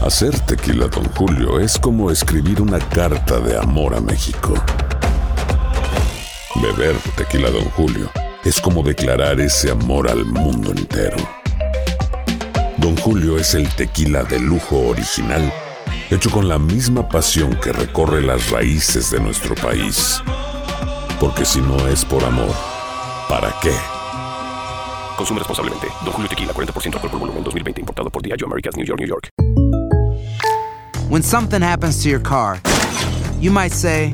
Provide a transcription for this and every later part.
Hacer tequila Don Julio es como escribir una carta de amor a México. Beber tequila Don Julio es como declarar ese amor al mundo entero. Don Julio es el tequila de lujo original, hecho con la misma pasión que recorre las raíces de nuestro país. Porque si no es por amor, ¿para qué? Consume responsablemente. Don Julio Tequila, 40% alcohol por volumen, 2020. Importado por Diageo Americas, New York, New York. When something happens to your car, you might say,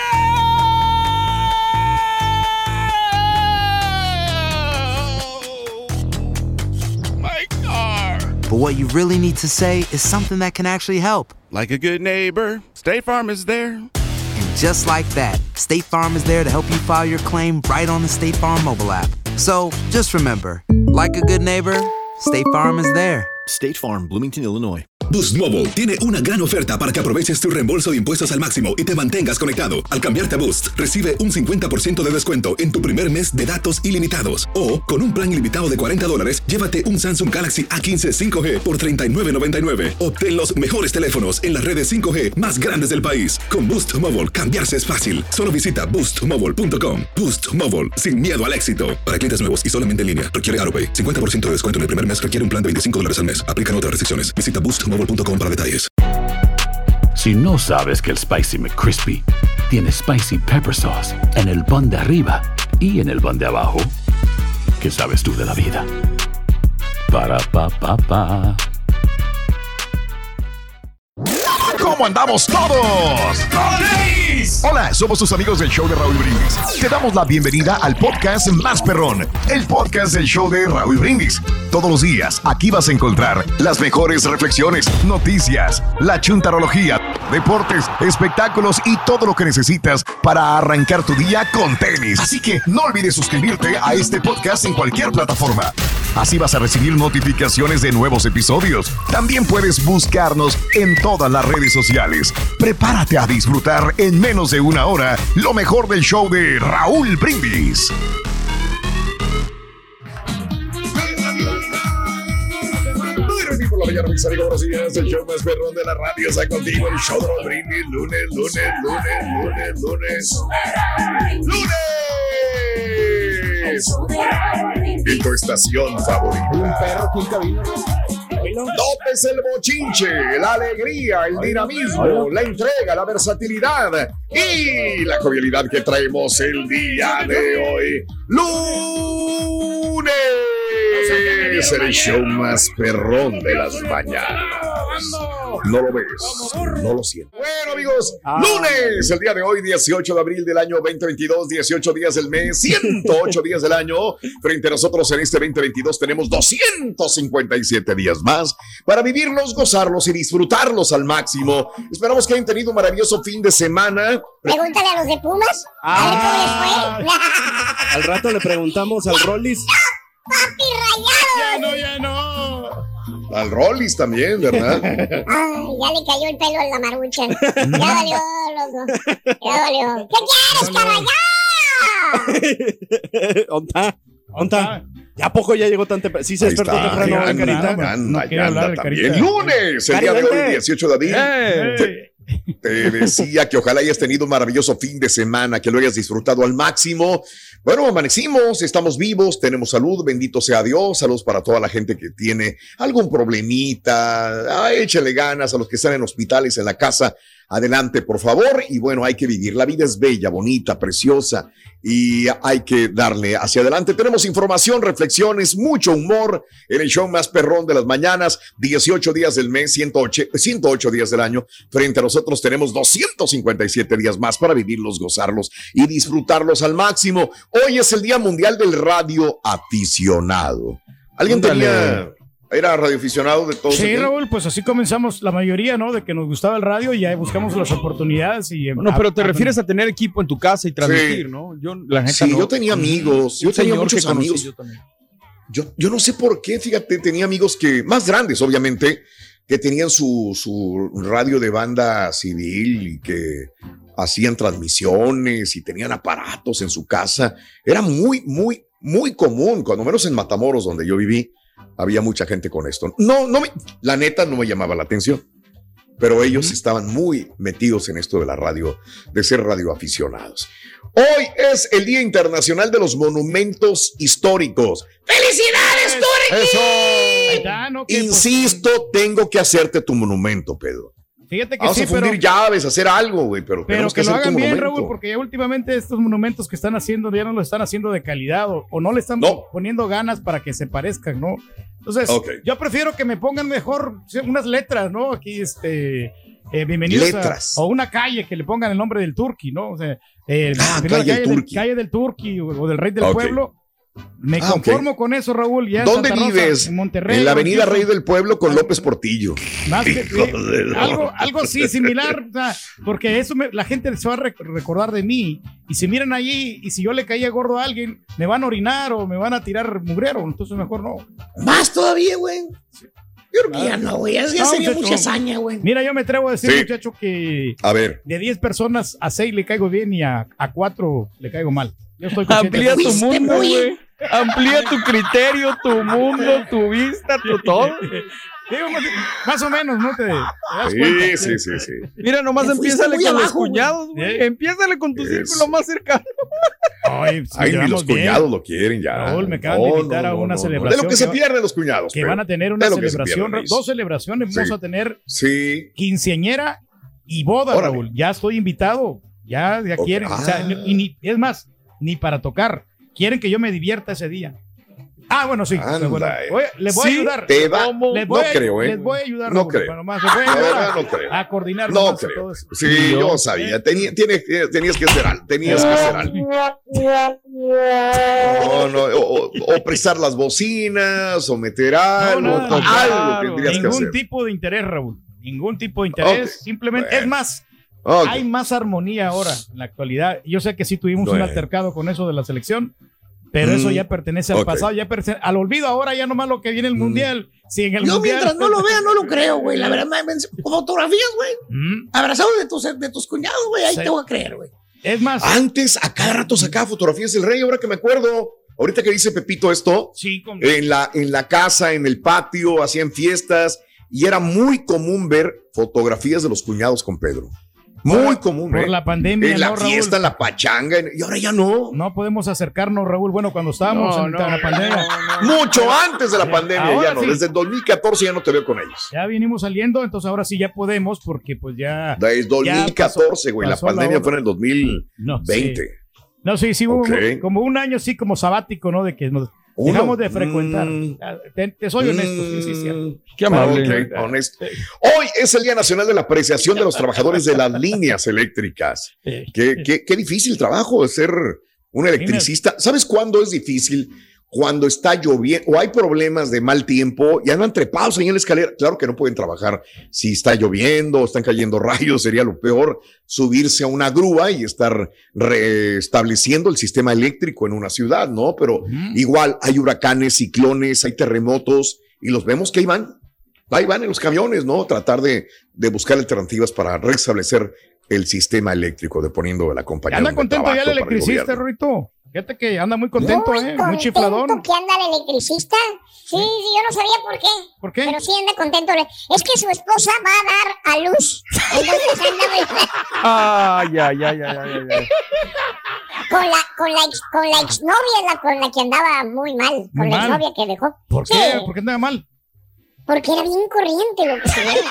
My car! but what you really need to say is something that can actually help. Like a good neighbor, State Farm is there. And just like that, State Farm is there to help you file your claim right on the State Farm mobile app. So just remember, like a good neighbor, State Farm is there. State Farm, Bloomington, Illinois. Boost Mobile tiene una gran oferta para que aproveches tu reembolso de impuestos al máximo y te mantengas conectado. Al cambiarte a Boost, recibe un 50% de descuento en tu primer mes de datos ilimitados. O, con un plan ilimitado de $40, llévate un Samsung Galaxy A15 5G por $39.99. Obtén los mejores teléfonos en las redes 5G más grandes del país. Con Boost Mobile, cambiarse es fácil. Solo visita boostmobile.com. Boost Mobile, sin miedo al éxito. Para clientes nuevos y solamente en línea, requiere AroPay. 50% de descuento en el primer mes requiere un plan de $25 al mes. Aplican otras restricciones. Visita boostmobile.com para detalles. Si no sabes que el Spicy McCrispy tiene Spicy Pepper Sauce en el pan de arriba y en el pan de abajo, ¿qué sabes tú de la vida? Para, pa, pa, pa. ¿Cómo andamos todos? Hola, somos tus amigos del show de Raúl Brindis. Te damos la bienvenida al podcast más perrón, el podcast del show de Raúl Brindis. Todos los días aquí vas a encontrar las mejores reflexiones, noticias, la chuntarología, deportes, espectáculos y todo lo que necesitas para arrancar tu día con tenis. Así que no olvides suscribirte a este podcast en cualquier plataforma. Así vas a recibir notificaciones de nuevos episodios. También puedes buscarnos en todas las redes sociales. Prepárate a disfrutar en menos de una hora lo mejor del show de Raúl Brindis. Por la mañana, mis amigos, buenos días. El show más perrón de la radio está contigo. El show de Raúl Brindis. Lunes. En tu estación favorita. Un perro aquí en cabina. Notes el bochinche, la alegría, el dinamismo, la entrega, la versatilidad y la jovialidad que traemos el día de hoy. ¡Lunes! Es el show más perrón de las mañanas. No lo ves, no lo sientes. Bueno, amigos, lunes, el día de hoy, 18 de abril del año 2022, 18 días del mes, 108 días del año. Frente a nosotros en este 2022 tenemos 257 días más para vivirlos, gozarlos y disfrutarlos al máximo. Esperamos que hayan tenido un maravilloso fin de semana. Pregúntale a los de Pumas. A ver cómo les fue. Al rato le preguntamos al Rollis. ¡Papi Rayados! Ya no. Al Rollis también, ¿verdad? Ay, ya le cayó el pelo a la marucha. Ya valió, loco. Ya valió. ¿Qué quieres, carayá? ¿Onta? ¿Ya poco ya llegó tan temprano? Sí se despertó temprano, Carita. Anda también. Lunes, el día de hoy, 18 de abril. Te decía que ojalá hayas tenido un maravilloso fin de semana, que lo hayas disfrutado al máximo. Bueno, amanecimos, estamos vivos, tenemos salud, bendito sea Dios. Saludos para toda la gente que tiene algún problemita. Échale ganas a los que están en hospitales, en la casa. Adelante, por favor. Y bueno, hay que vivir. La vida es bella, bonita, preciosa y hay que darle hacia adelante. Tenemos información, reflexiones, mucho humor en el show más perrón de las mañanas. 18 días del mes, 108 días del año. Frente a nosotros tenemos 257 días más para vivirlos, gozarlos y disfrutarlos al máximo. Hoy es el Día Mundial del Radio Aficionado. ¿Alguien era radioaficionado de todos? Sí, Raúl, pues así comenzamos la mayoría, ¿no? De que nos gustaba el radio y ya buscamos las oportunidades. Bueno, pero te refieres a tener equipo en tu casa y transmitir, sí, ¿no? Yo tenía amigos, yo tenía muchos amigos. Yo no sé por qué, fíjate, tenía amigos que, más grandes, obviamente, que tenían su radio de banda civil y que hacían transmisiones y tenían aparatos en su casa. Era muy, muy, muy común, cuando menos en Matamoros, donde yo viví. Había mucha gente con esto. La neta no me llamaba la atención. pero ellos estaban muy metidos en esto de la radio, de ser radioaficionados. Hoy es el Día Internacional de los Monumentos Históricos. ¡Felicidades, Turki! Insisto, tengo que hacerte tu monumento, Pedro. Fíjate que vamos a fundir llaves, hacer algo, güey, pero tenemos que lo hacer hagan tu bien, monumento. Raúl, porque ya últimamente estos monumentos que están haciendo ya no lo están haciendo de calidad o no le están poniendo ganas para que se parezcan, ¿no? Entonces, yo prefiero que me pongan mejor unas letras, ¿no? Aquí, bienvenidos o una calle que le pongan el nombre del Turqui, ¿no? O sea, calle del Turqui o del Rey del Pueblo. Me conformo con eso, Raúl. Ya ¿Dónde Santa Rosa, vives? En Monterrey. En la avenida Rey del Pueblo con López Portillo. Más que, algo así, similar, o sea, porque eso la gente se va a recordar de mí. Y si miran allí, y si yo le caía gordo a alguien, me van a orinar o me van a tirar mugrero. Entonces mejor no. Más todavía, güey. Yo creo que ya no, güey. Ya sería mucha hazaña, güey. Mira, yo me atrevo a decir, muchacho, que de 10 personas, a 6 le caigo bien y a 4 le caigo mal. Yo estoy amplía tu mundo, güey. Amplía tu criterio, tu mundo, tu vista, tu todo. Digo, más o menos, ¿no? ¿Te das cuenta? Sí. Mira, nomás empiézale con los cuñados, güey. Empiézale con tu círculo más cercano. Ay, ni los cuñados lo quieren ya. Raúl, me acaban de invitar a una celebración. De lo que se pierden los cuñados. Que van a tener una celebración, 2 celebraciones. Vamos a tener quinceañera y boda, Raúl. Ya estoy invitado. Ya quieren. O sea, es más, ni para tocar. Quieren que yo me divierta ese día. Bueno, sí. Bueno, les voy a ayudar. Les voy a ayudar. No creo. A coordinar. No creo. Todo eso. Sí, yo sabía. Tenías que hacer algo. O prestar las bocinas, o meter algo. Algo tendrías que hacer. Ningún tipo de interés, Raúl. Ningún tipo de interés. Simplemente, es más, hay más armonía ahora en la actualidad. Yo sé que sí tuvimos un altercado con eso de la selección. Pero eso ya pertenece al pasado, ya pertenece al olvido. Ahora ya nomás lo que viene el mundial. Si en el yo mundial, mientras no lo vea, no lo creo, güey. La verdad, fotografías, güey. Abrazado de tus cuñados, güey. Ahí te voy a creer, güey. Es más. Antes, a cada rato sacaba fotografías del Rey, ahora que me acuerdo. Ahorita que dice Pepito esto, en la casa, en el patio, hacían fiestas. Y era muy común ver fotografías de los cuñados con Pedro. Muy común. Por la pandemia, en la fiesta, en la pachanga, y ahora ya no. No podemos acercarnos, Raúl. Bueno, cuando estábamos en la pandemia. Mucho antes de la pandemia, ahora ya no. Desde el 2014 ya no te veo con ellos. Ya vinimos saliendo, entonces ahora sí ya podemos, porque pues ya. Desde 2014, güey. La pandemia fue en el 2020. Sí, hubo como un año, sí, como sabático, ¿no? De que nos dejamos de frecuentar. Te soy honesto, sí. Qué amable. Honesto. Hoy es el Día Nacional de la Apreciación de los Trabajadores de las Líneas Eléctricas. Qué difícil trabajo de ser un electricista. ¿Sabes cuándo es difícil? Cuando está lloviendo o hay problemas de mal tiempo y andan trepados ahí en la escalera. Claro que no pueden trabajar si está lloviendo o están cayendo rayos, sería lo peor subirse a una grúa y estar restableciendo el sistema eléctrico en una ciudad, ¿no? Pero igual hay huracanes, ciclones, hay terremotos y los vemos que ahí van en los camiones, ¿no? Tratar de buscar alternativas para restablecer el sistema eléctrico, dependiendo de la compañía. Anda contento ya el electricista, Rorito. Fíjate que anda muy contento, muy chifladón. ¿Que anda el electricista? Sí, yo no sabía por qué. ¿Por qué? Pero sí anda contento. Es que su esposa va a dar a luz. Entonces anda muy... Con la exnovia, con la que andaba muy mal. Con la exnovia que dejó. ¿Por qué? ¿Por qué andaba mal? Porque era bien corriente lo que se veía.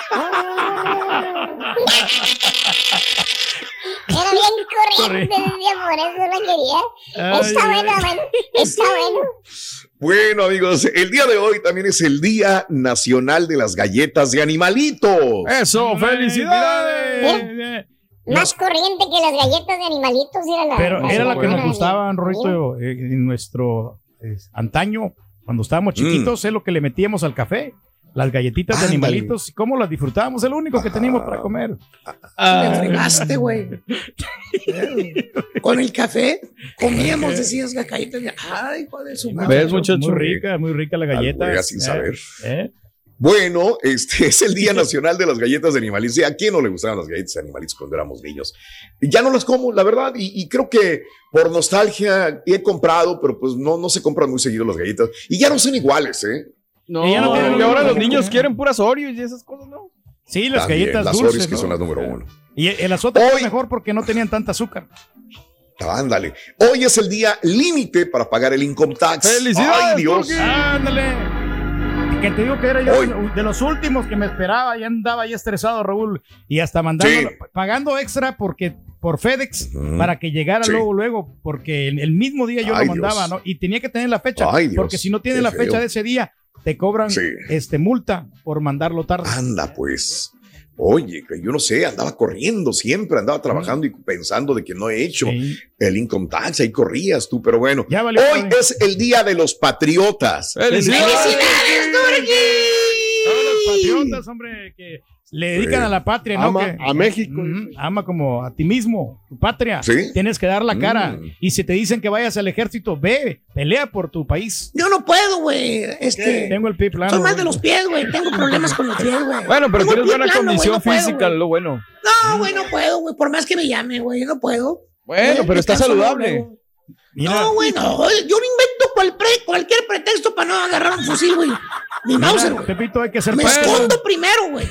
Era bien corriente, por eso la quería. Está bueno. Bueno, amigos, el día de hoy también es el Día Nacional de las Galletas de Animalitos. ¡Eso! ¡Felicidades! Más corriente que las galletas de animalitos era la que nos gustaban, Rorito, en nuestro antaño. Cuando estábamos chiquitos, es lo que le metíamos al café. Las galletitas de animalitos, ¿cómo las disfrutábamos? Es lo único que teníamos para comer. Me fregaste, güey. Con el café comíamos, decías, galletas. Ay, hijo de su madre. ¿Ves, muchacho? Muy rica la galleta. Sin saber. Bueno, es el Día Nacional de las Galletas de Animalitos. ¿A quién no le gustaban las galletas de animalitos cuando éramos niños? Ya no las como, la verdad, y creo que por nostalgia he comprado, pero pues no se compran muy seguido las galletas. Y ya no son iguales, ¿eh? No, y ahora los niños quieren puras Oreos y esas cosas, ¿no? Sí, las También, galletas las dulces, Oreos, que ¿no? son las número 1. Y el azote fue mejor porque no tenían tanta azúcar. Ándale. Hoy es el día límite para pagar el income tax. ¡Felicidades! ¡Ay, Dios! ¡Ándale! Que te digo que era yo de los últimos que me esperaba, ya andaba ya estresado, Raúl, y hasta mandando, pagando extra por FedEx para que llegara luego, porque el mismo día yo lo mandaba, ¿no? Y tenía que tener la fecha, porque si no tiene la fecha de ese día, te cobran multa por mandarlo tarde. Anda, pues. Oye, yo no sé, andaba corriendo siempre, andaba trabajando y pensando de que no he hecho el income tax, ahí corrías tú, pero bueno. Hoy es el Día de los Patriotas. ¡Felicidades, Turki! Todos los patriotas, hombre, que le dedican a la patria, ¿no? Ama a México. Ama como a ti mismo, tu patria. Tienes que dar la cara. Y si te dicen que vayas al ejército, ve, pelea por tu país. Yo no puedo, güey. Tengo el pie plano. Soy mal de los pies, güey. Tengo problemas con los pies, güey. Bueno, pero tienes buena condición física, lo bueno. No, güey, no puedo, güey. Por más que me llame, güey, no puedo. Bueno, pero está saludable. No, güey, no. Yo no invento cualquier pretexto para no agarrar un fusil, güey. Ni Mauser, güey. Pepito, hay que ser Me escondo primero, güey.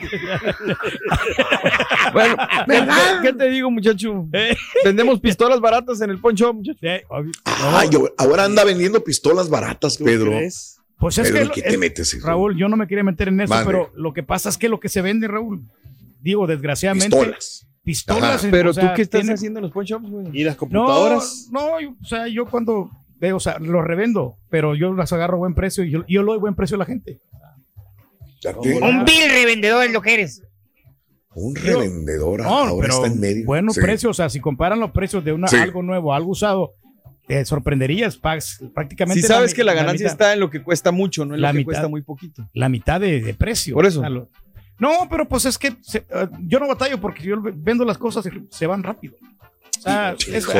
Bueno, ¿qué te digo, muchacho? Vendemos pistolas baratas en el Pawn Shop, muchacho. Ahora anda vendiendo pistolas baratas, Pedro. Pues es Pedro, que ¿qué te metes, hijo? Raúl, yo no me quería meter en eso, pero lo que pasa es que lo que se vende, Raúl, digo, desgraciadamente. Pistolas. Pero tú, ¿qué estás haciendo en los Pawn Shops, güey? ¿Y las computadoras? No, o sea, yo cuando veo, o sea, los revendo, pero yo las agarro a buen precio y yo le doy buen precio a la gente. Un vil revendedor es lo que eres. Un revendedor ahora está en medio. Buenos precios, o sea, si comparan los precios de algo nuevo, algo usado, te sorprenderías, prácticamente. Si sabes que la ganancia está en lo que cuesta mucho, no en lo que cuesta muy poquito. La mitad de precio. Por eso. No, pero pues es que yo no batallo porque yo vendo las cosas y se van rápido. O sea,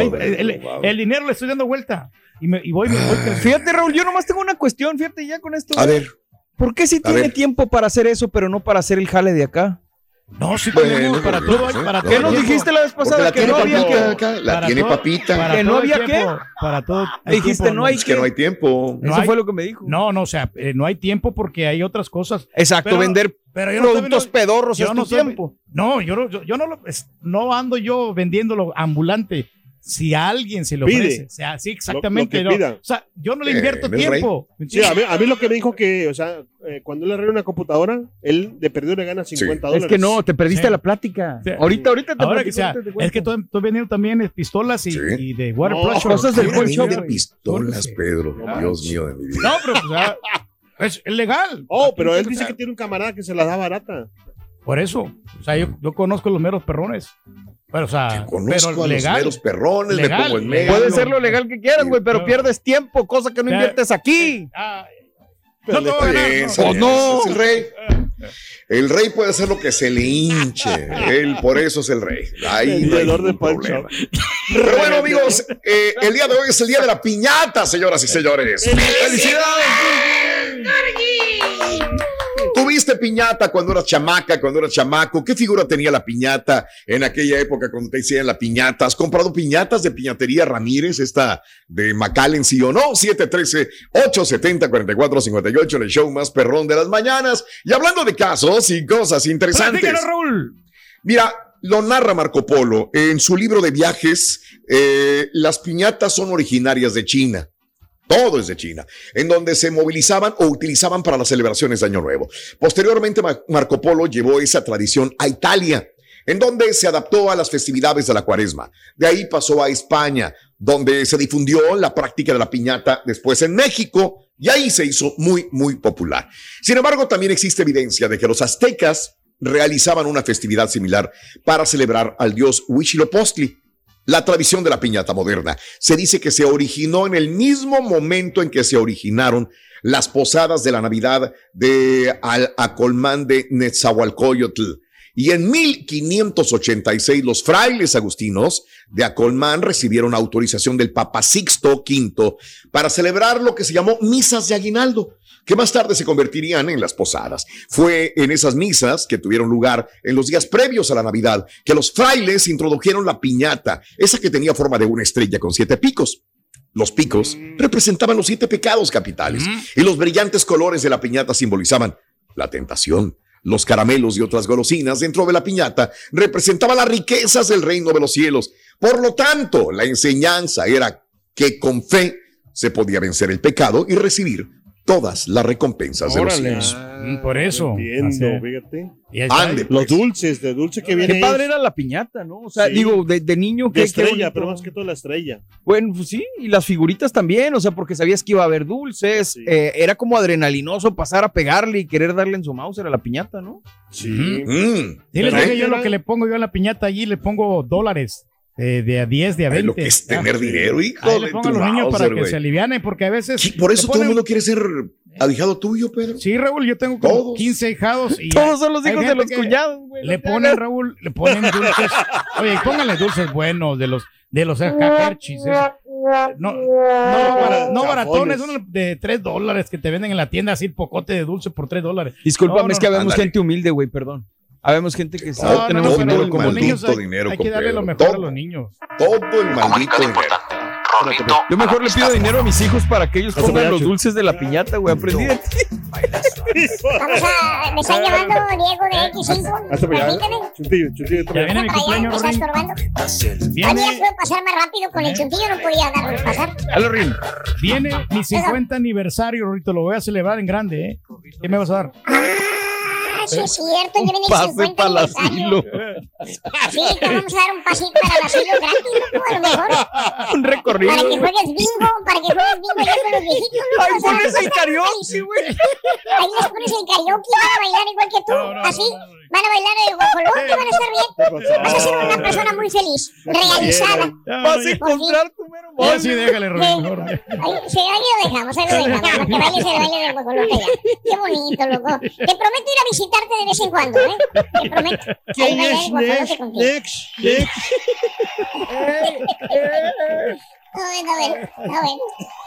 el dinero le estoy dando vuelta y voy. Fíjate, Raúl, yo nomás tengo una cuestión, fíjate ya con esto. A ver. ¿Por qué sí tiene tiempo para hacer eso, pero no para hacer el jale de acá? No, sí tenemos para todo. ¿Qué nos dijiste la vez pasada? Que no había que... La tiene papita. ¿Que no había qué? Para todo. Dijiste, no hay que no hay tiempo. Eso fue lo que me dijo. No, o sea, no hay tiempo porque hay otras cosas. Exacto, vender productos pedorros es tu tiempo. No, yo no ando yo vendiéndolo ambulante. Si a alguien se lo ofrece, o sea, sí, exactamente. Lo o sea, yo no le invierto tiempo. Sí, a mí lo que me dijo que, o sea, cuando él arregla una computadora, él de perdido le gana $50. Es que no, te perdiste la plática. Sí. Ahorita te es que estoy vendiendo también pistolas y de water pressure. Cosas del Pawn Shop. De pistolas, Pedro. Dios mío de mi vida. No, pero o sea, es legal. Pero él dice que tiene un camarada que se la da barata. Por eso, o sea, yo conozco los meros perrones. Pero, o sea, conozco a legal, los meros perrones, legal, me pongo en medio. Puede ser lo legal que quieras, güey, pero pierdes tiempo, cosa que no inviertes aquí. No. Es el rey. El rey puede hacer lo que se le hinche. Él por eso es el rey. Ahí no hay ningún problema. Pero bueno, amigos, el día de hoy es el día de la piñata, señoras y señores. ¡Felicidades! ¿Tuviste piñata cuando eras chamaca, cuando eras chamaco? ¿Qué figura tenía la piñata en aquella época cuando te hacían la piñata? ¿Has comprado piñatas de Piñatería Ramírez, esta de McAllen, sí o no? 713-870-4458, el show más perrón de las mañanas. Y hablando de casos y cosas interesantes. Platícalo, Raúl. Mira, lo narra Marco Polo en su libro de viajes. Las piñatas son originarias de China. Todo es de China, en donde se movilizaban o utilizaban para las celebraciones de Año Nuevo. Posteriormente, Marco Polo llevó esa tradición a Italia, en donde se adaptó a las festividades de la Cuaresma. De ahí pasó a España, donde se difundió la práctica de la piñata, después en México, y ahí se hizo muy, muy popular. Sin embargo, también existe evidencia de que los aztecas realizaban una festividad similar para celebrar al dios Huitzilopochtli. La tradición de la piñata moderna se dice que se originó en el mismo momento en que se originaron las posadas de la Navidad de Acolmán de Netzahualcóyotl. Y en 1586 los frailes agustinos de Acolmán recibieron autorización del Papa Sixto V para celebrar lo que se llamó misas de aguinaldo, que más tarde se convertirían en las posadas. Fue en esas misas que tuvieron lugar en los días previos a la Navidad que los frailes introdujeron la piñata, esa que tenía forma de una estrella con 7 picos. Los picos representaban los 7 pecados capitales y los brillantes colores de la piñata simbolizaban la tentación, Los caramelos y otras golosinas dentro de la piñata representaban las riquezas del reino de los cielos. Por lo tanto, la enseñanza era que con fe se podía vencer el pecado y recibir todas las recompensas de los cielos. Por eso. Entiendo, fíjate. Ande, los pues. dulces, de dulce que viene. Qué padre era la piñata, ¿no? O sea, Sí. digo, de niño De que estrella, pero más que todo la estrella. Bueno, pues sí, y las figuritas también, o sea, porque sabías que iba a haber dulces, era como adrenalinoso pasar a pegarle y querer darle en su mouse a la piñata, ¿no? Sí. Sí, les dije yo lo que le pongo yo a la piñata allí, le pongo $, de a 10, de a 20. Lo que es tener dinero, hijo Ahí de le pongo a tu los niños para Mauser, que güey. se alivianen, porque a veces... Sí, por eso le todo el ponen- mundo quiere ser ahijado tuyo, Pedro. Sí, Raúl, yo tengo como Todos. 15 hijados. Y Todos son los hay hijos de gente los que cuñados, güey. Le ponen, Raúl, le ponen dulces. Oye, pónganle dulces buenos de los Hershey's. No baratones, uno de $3 que te venden en la tienda, así pocote de dulce por $3. Discúlpame, No, es que habemos ándale. gente humilde, güey, perdón. Habemos gente que No, tenemos todo dinero el como maldito niños. dinero, hay que darle lo compadre, mejor a todo. los niños. Todo el maldito dinero. Yo mejor le pido dinero a mis hijos para que ellos Hazte pongan para los allá, dulces de la piñata, güey. Aprendí de ti. Vamos a... Me están llamando Diego de X5. Hazte para allá. Permíteme. Chuntillo, Ya viene mi Para allá, cumpleaños, me está Rorín. estorbando. Oye, Viene, ¿puedo pasar más rápido con el chuntillo? No podía darlo pasar. Dale, Rin. viene mi 50 aniversario, Rorito. Lo voy a celebrar en grande, ¿eh? ¿Qué me vas a dar? Ah, sí es cierto, ya viene el Pase 50 para el aniversario. asilo. Sí, te vamos a dar un pasito para el asilo gratis, loco, a lo mejor. Un recorrido. Para que güey. juegues bingo, para que juegues bingo allá con los viejitos, loco. Ay, o sea, pones el vas a- karaoke, güey. Ahí les pones el karaoke y van a bailar igual que tú, así. Van a bailar el guajolote, van a estar bien. Vas a ser una persona muy feliz, realizada. Vas a encontrar tu mero Ya molde. sí, déjale, Rorín, mejor. Ahí lo dejamos, para que bailes el baile del guajolote allá. Qué bonito, loco. Te prometo ir a visitarte de vez en cuando, ¿eh? Te prometo. Ahí ¿Quién bailar es el guajolote next? contigo. Next. Está bueno.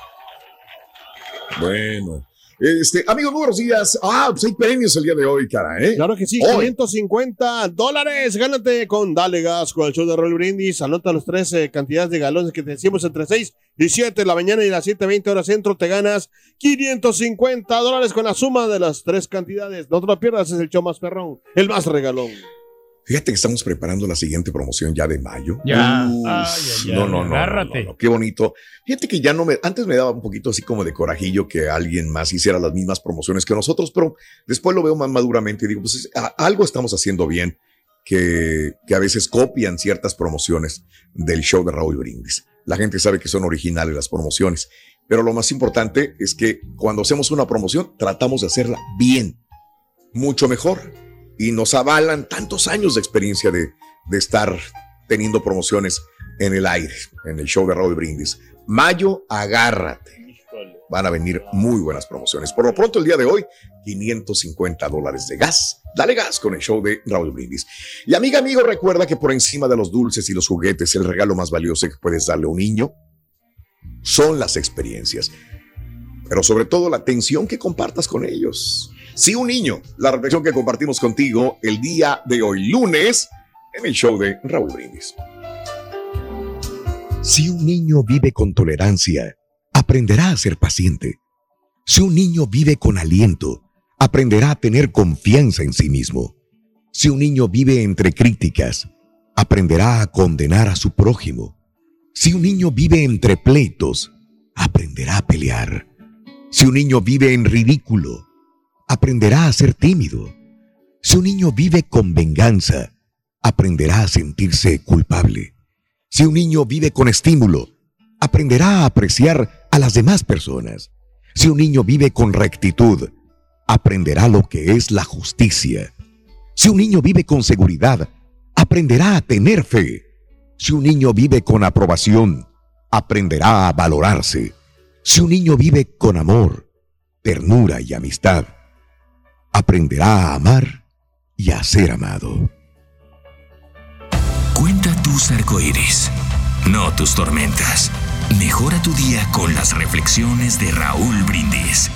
Bueno. Amigos, buenos días. Pues hay premios el día de hoy, cara, ¿eh? Claro que sí, Hoy. $550. Gánate con Dale Gas con el show de Raúl Brindis. Anota los 13 cantidades de galones que te decimos entre 6 y 7 de la mañana y las 7:20 horas centro. Te ganas $550 con la suma de las 3 cantidades. No te lo pierdas, es el show más perrón, el más regalón. Fíjate que estamos preparando la siguiente promoción ya de mayo. Ya. Uf, Ay, ay, ay, no, agárrate. qué bonito. Fíjate que ya antes me daba un poquito así como de corajillo que alguien más hiciera las mismas promociones que nosotros, pero después lo veo más maduramente y digo, pues algo estamos haciendo bien, que a veces copian ciertas promociones del show de Raúl Brindis. La gente sabe que son originales las promociones, pero lo más importante es que cuando hacemos una promoción tratamos de hacerla bien, mucho mejor. Y nos avalan tantos años de experiencia de estar teniendo promociones en el aire, en el show de Raúl Brindis. Mayo, agárrate. Van a venir muy buenas promociones. Por lo pronto, el día de hoy, $550 de gas. Dale gas con el show de Raúl Brindis. Y amigo, recuerda que por encima de los dulces y los juguetes, el regalo más valioso que puedes darle a un niño son las experiencias. Pero sobre todo la atención que compartas con ellos. Sí, un niño, la reflexión que compartimos contigo el día de hoy, lunes, en el show de Raúl Brindis. Si un niño vive con tolerancia, aprenderá a ser paciente. Si un niño vive con aliento, aprenderá a tener confianza en sí mismo. Si un niño vive entre críticas, aprenderá a condenar a su prójimo. Si un niño vive entre pleitos, aprenderá a pelear. Si un niño vive en ridículo, aprenderá a ser tímido. Si un niño vive con venganza, aprenderá a sentirse culpable. Si un niño vive con estímulo, aprenderá a apreciar a las demás personas. Si un niño vive con rectitud, aprenderá lo que es la justicia. Si un niño vive con seguridad, aprenderá a tener fe. Si un niño vive con aprobación, aprenderá a valorarse. Si un niño vive con amor, ternura y amistad, aprenderá a amar y a ser amado. Cuenta tus arcoíris, no tus tormentas. Mejora tu día con las reflexiones de Raúl Brindis.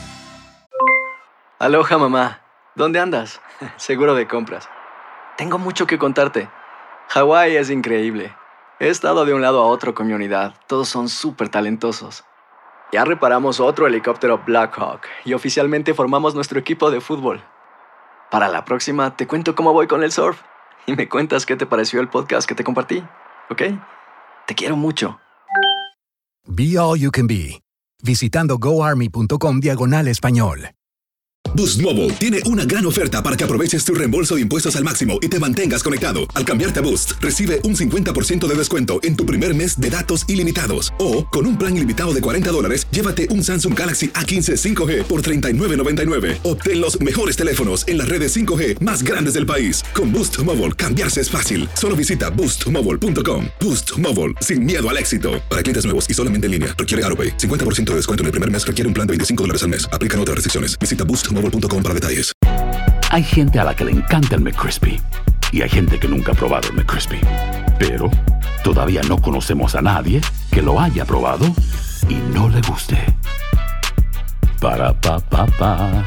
Aloha, mamá. ¿Dónde andas? Seguro de compras. Tengo mucho que contarte. Hawái es increíble. He estado de un lado a otro con mi unidad. Todos son súper talentosos. Ya reparamos otro helicóptero Blackhawk y oficialmente formamos nuestro equipo de fútbol. Para la próxima te cuento cómo voy con el surf y me cuentas qué te pareció el podcast que te compartí, ¿ok? Te quiero mucho. Be All You Can Be, visitando goarmy.com/español. Boost Mobile tiene una gran oferta para que aproveches tu reembolso de impuestos al máximo y te mantengas conectado. Al cambiarte a Boost, recibe un 50% de descuento en tu primer mes de datos ilimitados. O, con un plan ilimitado de $40, llévate un Samsung Galaxy A15 5G por $39.99. Obtén los mejores teléfonos en las redes 5G más grandes del país. Con Boost Mobile, cambiarse es fácil. Solo visita boostmobile.com. Boost Mobile, sin miedo al éxito. Para clientes nuevos y solamente en línea, requiere AutoPay. 50% de descuento en el primer mes requiere un plan de $25 al mes. Aplican otras restricciones. Visita boostmobile.com para detalles. Hay gente a la que le encanta el McCrispy y hay gente que nunca ha probado el McCrispy. Pero todavía no conocemos a nadie que lo haya probado y no le guste. Para pa pa pa.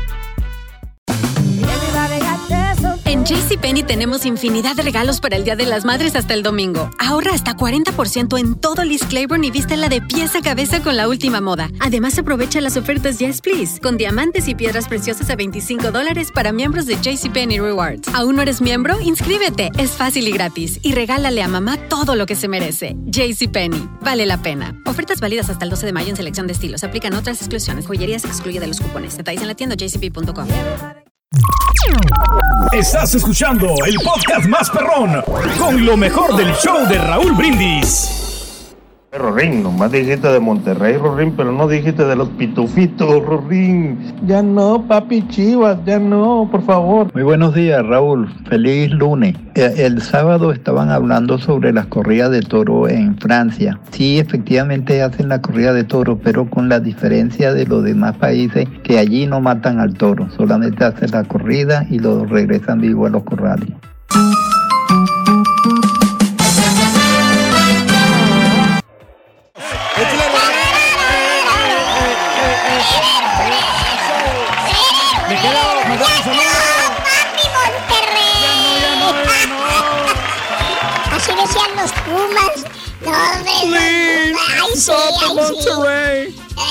En JCPenney tenemos infinidad de regalos para el Día de las Madres hasta el domingo. Ahorra hasta 40% en todo Liz Claiborne y vístela de pies a cabeza con la última moda. Además, aprovecha las ofertas Yes Please, con diamantes y piedras preciosas a $25 para miembros de JCPenney Rewards. ¿Aún no eres miembro? Inscríbete. Es fácil y gratis. Y regálale a mamá todo lo que se merece. JCPenney. Vale la pena. Ofertas válidas hasta el 12 de mayo en selección de estilos. Aplican otras exclusiones. Joyería se excluye de los cupones. Detalles en la tienda jcp.com. Estás escuchando el podcast más perrón con lo mejor del show de Raúl Brindis. Rorín, nomás dijiste de Monterrey, Rorín, pero no dijiste de los pitufitos, Rorín. Ya no, papi Chivas, ya no, por favor. Muy buenos días, Raúl. Feliz lunes. El sábado estaban hablando sobre las corridas de toro en Francia. Sí, efectivamente hacen la corrida de toro, pero con la diferencia de los demás países que allí no matan al toro, solamente hacen la corrida y lo regresan vivo a los corrales. ¡Me quedo! ¡Me quedo solo! ¡Papi Monterrey! Así decían los Pumas. No, ¡ay, sí, ay,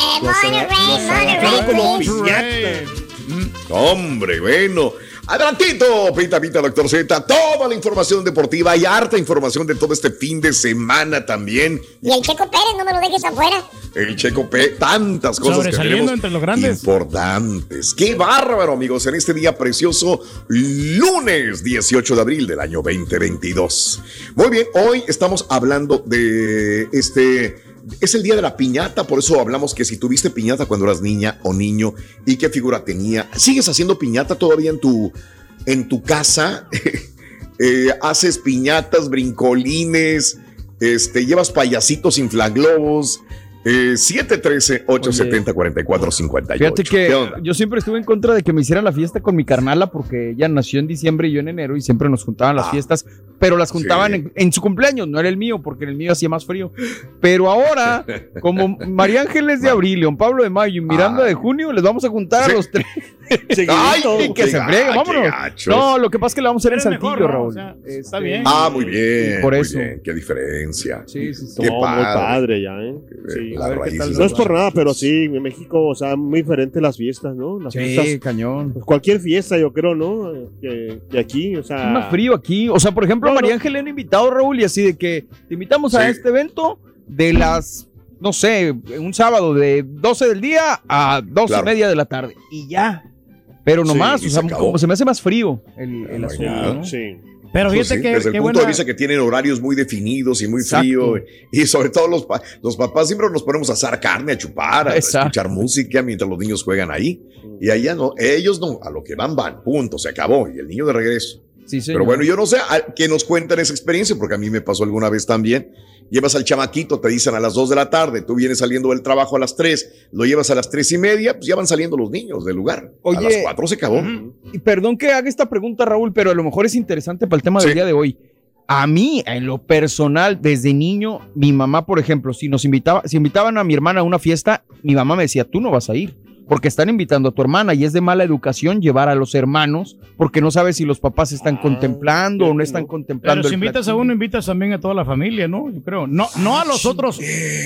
sí! Monterrey. Hombre, bueno. Adelantito, pita, doctor Z. Toda la información deportiva y harta información de todo este fin de semana también. Y el Checo Pérez, no me lo dejes afuera. El Checo Pérez, tantas cosas que tenemos entre los grandes. Importantes. ¡Qué bárbaro, amigos! En este día precioso, lunes 18 de abril del año 2022. Muy bien, hoy estamos hablando de Es el día de la piñata, por eso hablamos que si tuviste piñata cuando eras niña o niño y qué figura tenía. ¿Sigues haciendo piñata todavía en tu casa? ¿Haces piñatas, brincolines? ¿Llevas payasitos inflaglobos? 713-870-4458. Fíjate que yo siempre estuve en contra de que me hicieran la fiesta con mi carnala porque ella nació en diciembre y yo en enero y siempre nos juntaban las fiestas, pero las juntaban en su cumpleaños, no era el mío porque en el mío hacía más frío. Pero ahora, como María Ángeles de abril, León Pablo de mayo y Miranda de junio, les vamos a juntar a los tres. Ay, que se fregue, vámonos. No, lo que pasa es que la vamos a hacer en Saltillo, mejor, Raúl. O sea, está bien. Muy bien. Por eso. Bien. Qué diferencia. Sí. Qué padre. Muy padre ya, ¿eh? Sí. No es por nada, pero sí, en México, o sea, muy diferente las fiestas, ¿no? Las fiestas, cañón. Pues cualquier fiesta, yo creo, ¿no? Que aquí, o sea. Es más frío aquí. O sea, por ejemplo, a María Ángel le han invitado, Raúl, y así de que te invitamos a este evento de las, no sé, un sábado de 12 del día a 12:30 de la tarde. Y ya. Pero nomás, o sea, como se me hace más frío el asunto, ¿no? Sí. Pero fíjate que desde el punto de vista que tienen horarios muy definidos y muy frío, y sobre todo los papás siempre nos ponemos a asar carne, a chupar, a escuchar música mientras los niños juegan ahí, y allá no, ellos no, a lo que van, punto, se acabó, y el niño de regreso. Sí, señor. Pero bueno, yo no sé que nos cuentan esa experiencia, porque a mí me pasó alguna vez también. Llevas al chamaquito, te dicen a las 2 de la tarde, tú vienes saliendo del trabajo a las 3, lo llevas a las 3:30, pues ya van saliendo los niños del lugar. Oye, a las 4 se acabó. Y perdón que haga esta pregunta, Raúl, pero a lo mejor es interesante para el tema del día de hoy. A mí, en lo personal, desde niño, mi mamá, por ejemplo, si invitaban a mi hermana a una fiesta, mi mamá me decía, tú no vas a ir. porque están invitando a tu hermana y es de mala educación llevar a los hermanos porque no sabes si los papás están contemplando o no están contemplando. Pero si invitas a uno, invitas también a toda la familia, ¿no? Yo creo. No a los otros.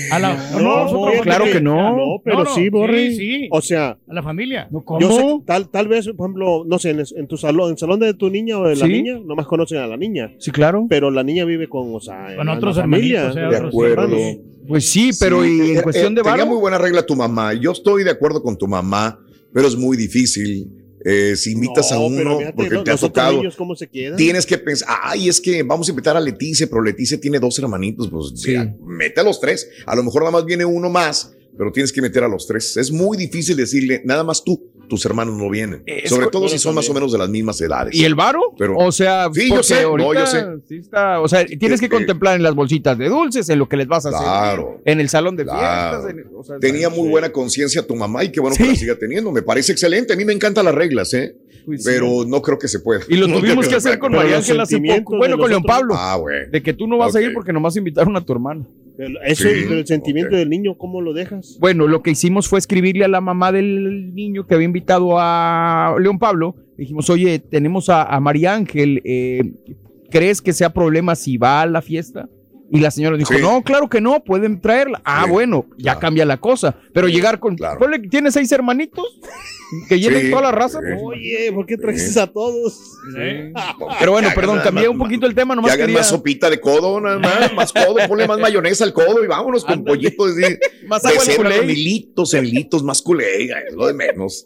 Claro que no. Pero sí, Borre. Sí. O sea, a la familia. Yo sé, tal vez, por ejemplo, no sé, en tu salón, en el salón de tu niña o de la niña, nomás conocen a la niña. Sí, claro. Pero la niña vive con otros hermanitos. De acuerdo. Pues sí, pero y en cuestión de tenía muy buena regla tu mamá. Yo estoy de acuerdo con tu mamá, pero es muy difícil. Si invitas a uno, porque te ha tocado, niños, ¿cómo se quedan? Tienes que pensar, es que vamos a invitar a Leticia, pero Leticia tiene 2 hermanitos, pues mete a los 3. A lo mejor nada más viene uno más, pero tienes que meter a los 3. Es muy difícil decirle, nada más tus hermanos no vienen. Sobre todo si son más o menos de las mismas edades. ¿Y el varo? Pero, o sea, sí, yo sé. Sí está, o sea, tienes que contemplar en las bolsitas de dulces, en lo que les vas a hacer. En el salón de fiestas. Tenía muy buena conciencia tu mamá y qué bueno que la siga teniendo. Me parece excelente. A mí me encantan las reglas, pues pero no creo que se pueda. Y lo tuvimos que hacer con María Ángel hace poco. Bueno, con León Pablo. Bueno. De que tú no vas a ir porque nomás invitaron a tu hermano. Pero el sentimiento del niño, ¿cómo lo dejas? Bueno, lo que hicimos fue escribirle a la mamá del niño que había invitado a León Pablo. Dijimos, oye, tenemos a María Ángel, ¿crees que sea problema si va a la fiesta? Y la señora dijo, no, claro que no, pueden traerla. Bueno, ya cambia la cosa. Pero llegar con... ¿Tienes 6 hermanitos? Que lleven toda la raza. Oye, ¿por qué trajiste a todos? Pero bueno, perdón, cambié un poquito el tema. Nomás que hagan más sopita de codo, nada más codo, ponle más mayonesa al codo y vámonos con pollitos. Más agua de culé. Militos, más culé, es lo de menos.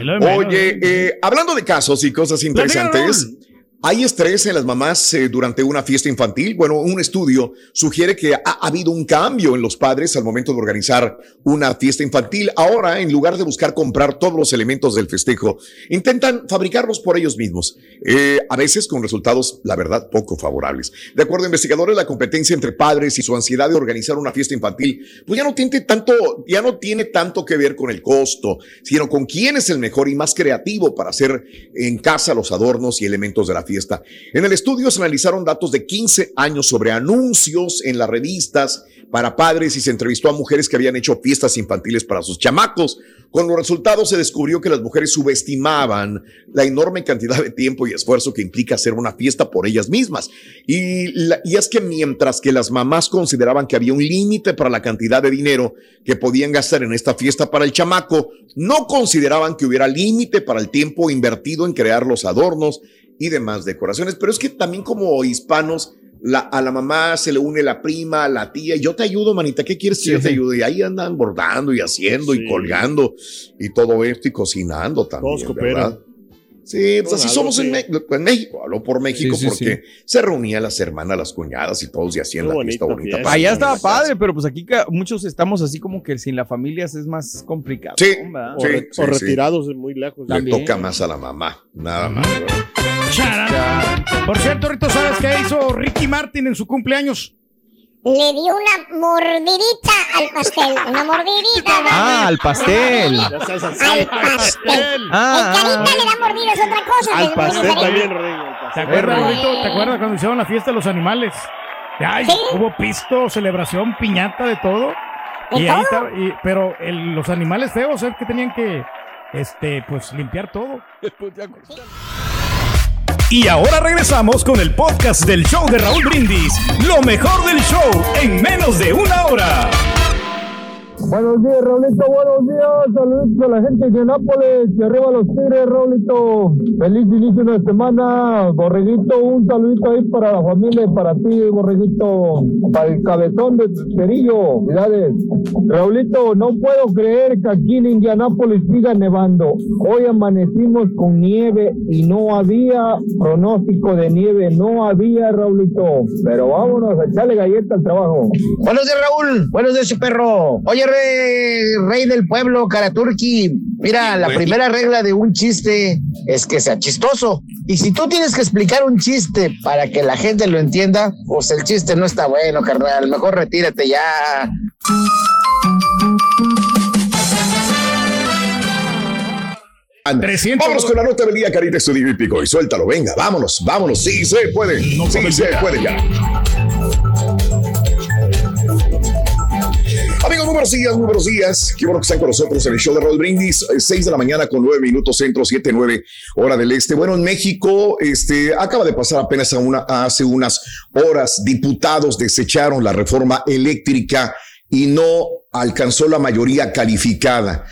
Oye, hablando de casos y cosas interesantes... ¿Hay estrés en las mamás durante una fiesta infantil? Bueno, un estudio sugiere que ha habido un cambio en los padres al momento de organizar una fiesta infantil. Ahora, en lugar de buscar comprar todos los elementos del festejo, intentan fabricarlos por ellos mismos, a veces con resultados, la verdad, poco favorables. De acuerdo a investigadores, la competencia entre padres y su ansiedad de organizar una fiesta infantil, pues ya no tiene tanto que ver con el costo, sino con quién es el mejor y más creativo para hacer en casa los adornos y elementos de la fiesta. En el estudio se analizaron datos de 15 años sobre anuncios en las revistas para padres y se entrevistó a mujeres que habían hecho fiestas infantiles para sus chamacos. Con los resultados se descubrió que las mujeres subestimaban la enorme cantidad de tiempo y esfuerzo que implica hacer una fiesta por ellas mismas. Y es que mientras que las mamás consideraban que había un límite para la cantidad de dinero que podían gastar en esta fiesta para el chamaco, no consideraban que hubiera límite para el tiempo invertido en crear los adornos y demás decoraciones. Pero es que también como hispanos, a la mamá se le une la prima, la tía, y yo te ayudo, manita, ¿qué quieres que yo te ayude? Y ahí andan bordando y haciendo y colgando y todo esto y cocinando también, todos ¿verdad? Sí, pues así somos en México. Hablo por México porque se reunían las hermanas, las cuñadas y todos y hacían la fiesta bonita. Allá estaba padre, pero pues aquí muchos estamos así como que sin la familia es más complicado. Sí, o retirados de muy lejos. Le toca más a la mamá, nada más. Por cierto, Rito, ¿sabes qué hizo Ricky Martin en su cumpleaños? Le dio una mordidita al pastel. Una mordidita. Al pastel. Al pastel. El carita le da mordida, es otra cosa. Al pastel también, ¿Te acuerdas, Rito? ¿Te acuerdas cuando hicieron la fiesta de los animales? Ay, ¿sí? Hubo pisto, celebración, piñata, de todo. Y ahí estaba, pero los animales feos, que tenían que pues limpiar todo. Y ahora regresamos con el podcast del show de Raúl Brindis. Lo mejor del show en menos de una hora. Buenos días, Raulito, buenos días. Saludos a la gente de Indianápolis. Y arriba los Tigres, Raulito. Feliz inicio de semana. Borreguito, un saludito ahí para la familia y para ti, Borreguito. Para el cabezón de Cerillo. Cuidades. Raulito, no puedo creer que aquí en Indianápolis siga nevando. Hoy amanecimos con nieve y no había pronóstico de nieve. No había, Raulito. Pero vámonos a echarle galleta al trabajo. Buenos días, Raúl. Buenos días, perro. Oye, rey del pueblo, Karaturki, mira, la primera regla de un chiste es que sea chistoso. Y si tú tienes que explicar un chiste para que la gente lo entienda, pues el chiste no está bueno, carnal. Mejor retírate ya. Vámonos con la nota del día, Carita Estudio y Pico. Y suéltalo, venga, vámonos. Sí se puede. Sí se puede ya. Amigos, muy buenos días. Qué bueno que están con nosotros en el show de Raúl Brindis. 6 de la mañana con 9 minutos centro, 7:09 hora del este. Bueno, en México, acaba de pasar apenas hace unas horas. Diputados desecharon la reforma eléctrica y no alcanzó la mayoría calificada.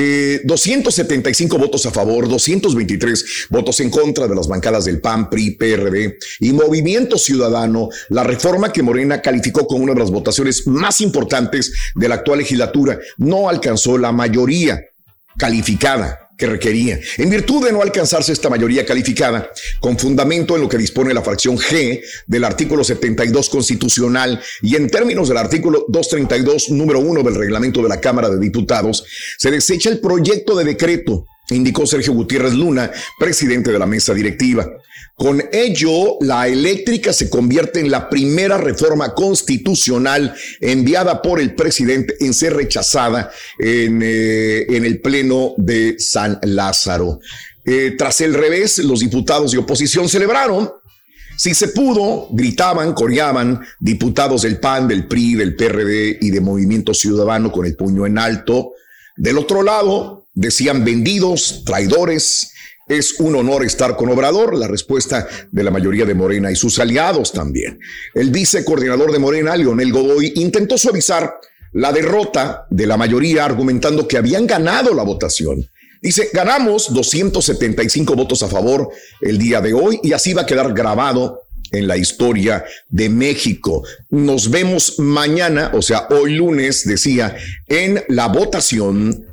275 votos a favor, 223 votos en contra de las bancadas del PAN, PRI, PRD y Movimiento Ciudadano. La reforma que Morena calificó como una de las votaciones más importantes de la actual legislatura no alcanzó la mayoría calificada que requería. En virtud de no alcanzarse esta mayoría calificada, con fundamento en lo que dispone la fracción G del artículo 72 constitucional y en términos del artículo 232, número 1 del reglamento de la Cámara de Diputados, se desecha el proyecto de decreto, indicó Sergio Gutiérrez Luna, presidente de la mesa directiva. Con ello, la eléctrica se convierte en la primera reforma constitucional enviada por el presidente en ser rechazada en el Pleno de San Lázaro. Tras el revés, los diputados de oposición celebraron. Si se pudo, gritaban, coreaban diputados del PAN, del PRI, del PRD y de Movimiento Ciudadano con el puño en alto. Del otro lado, decían vendidos, traidores. Es un honor estar con Obrador, la respuesta de la mayoría de Morena y sus aliados también. El vicecoordinador de Morena, Leonel Godoy, intentó suavizar la derrota de la mayoría argumentando que habían ganado la votación. Dice, ganamos 275 votos a favor el día de hoy y así va a quedar grabado en la historia de México. Nos vemos mañana, o sea, hoy lunes, decía, en la votación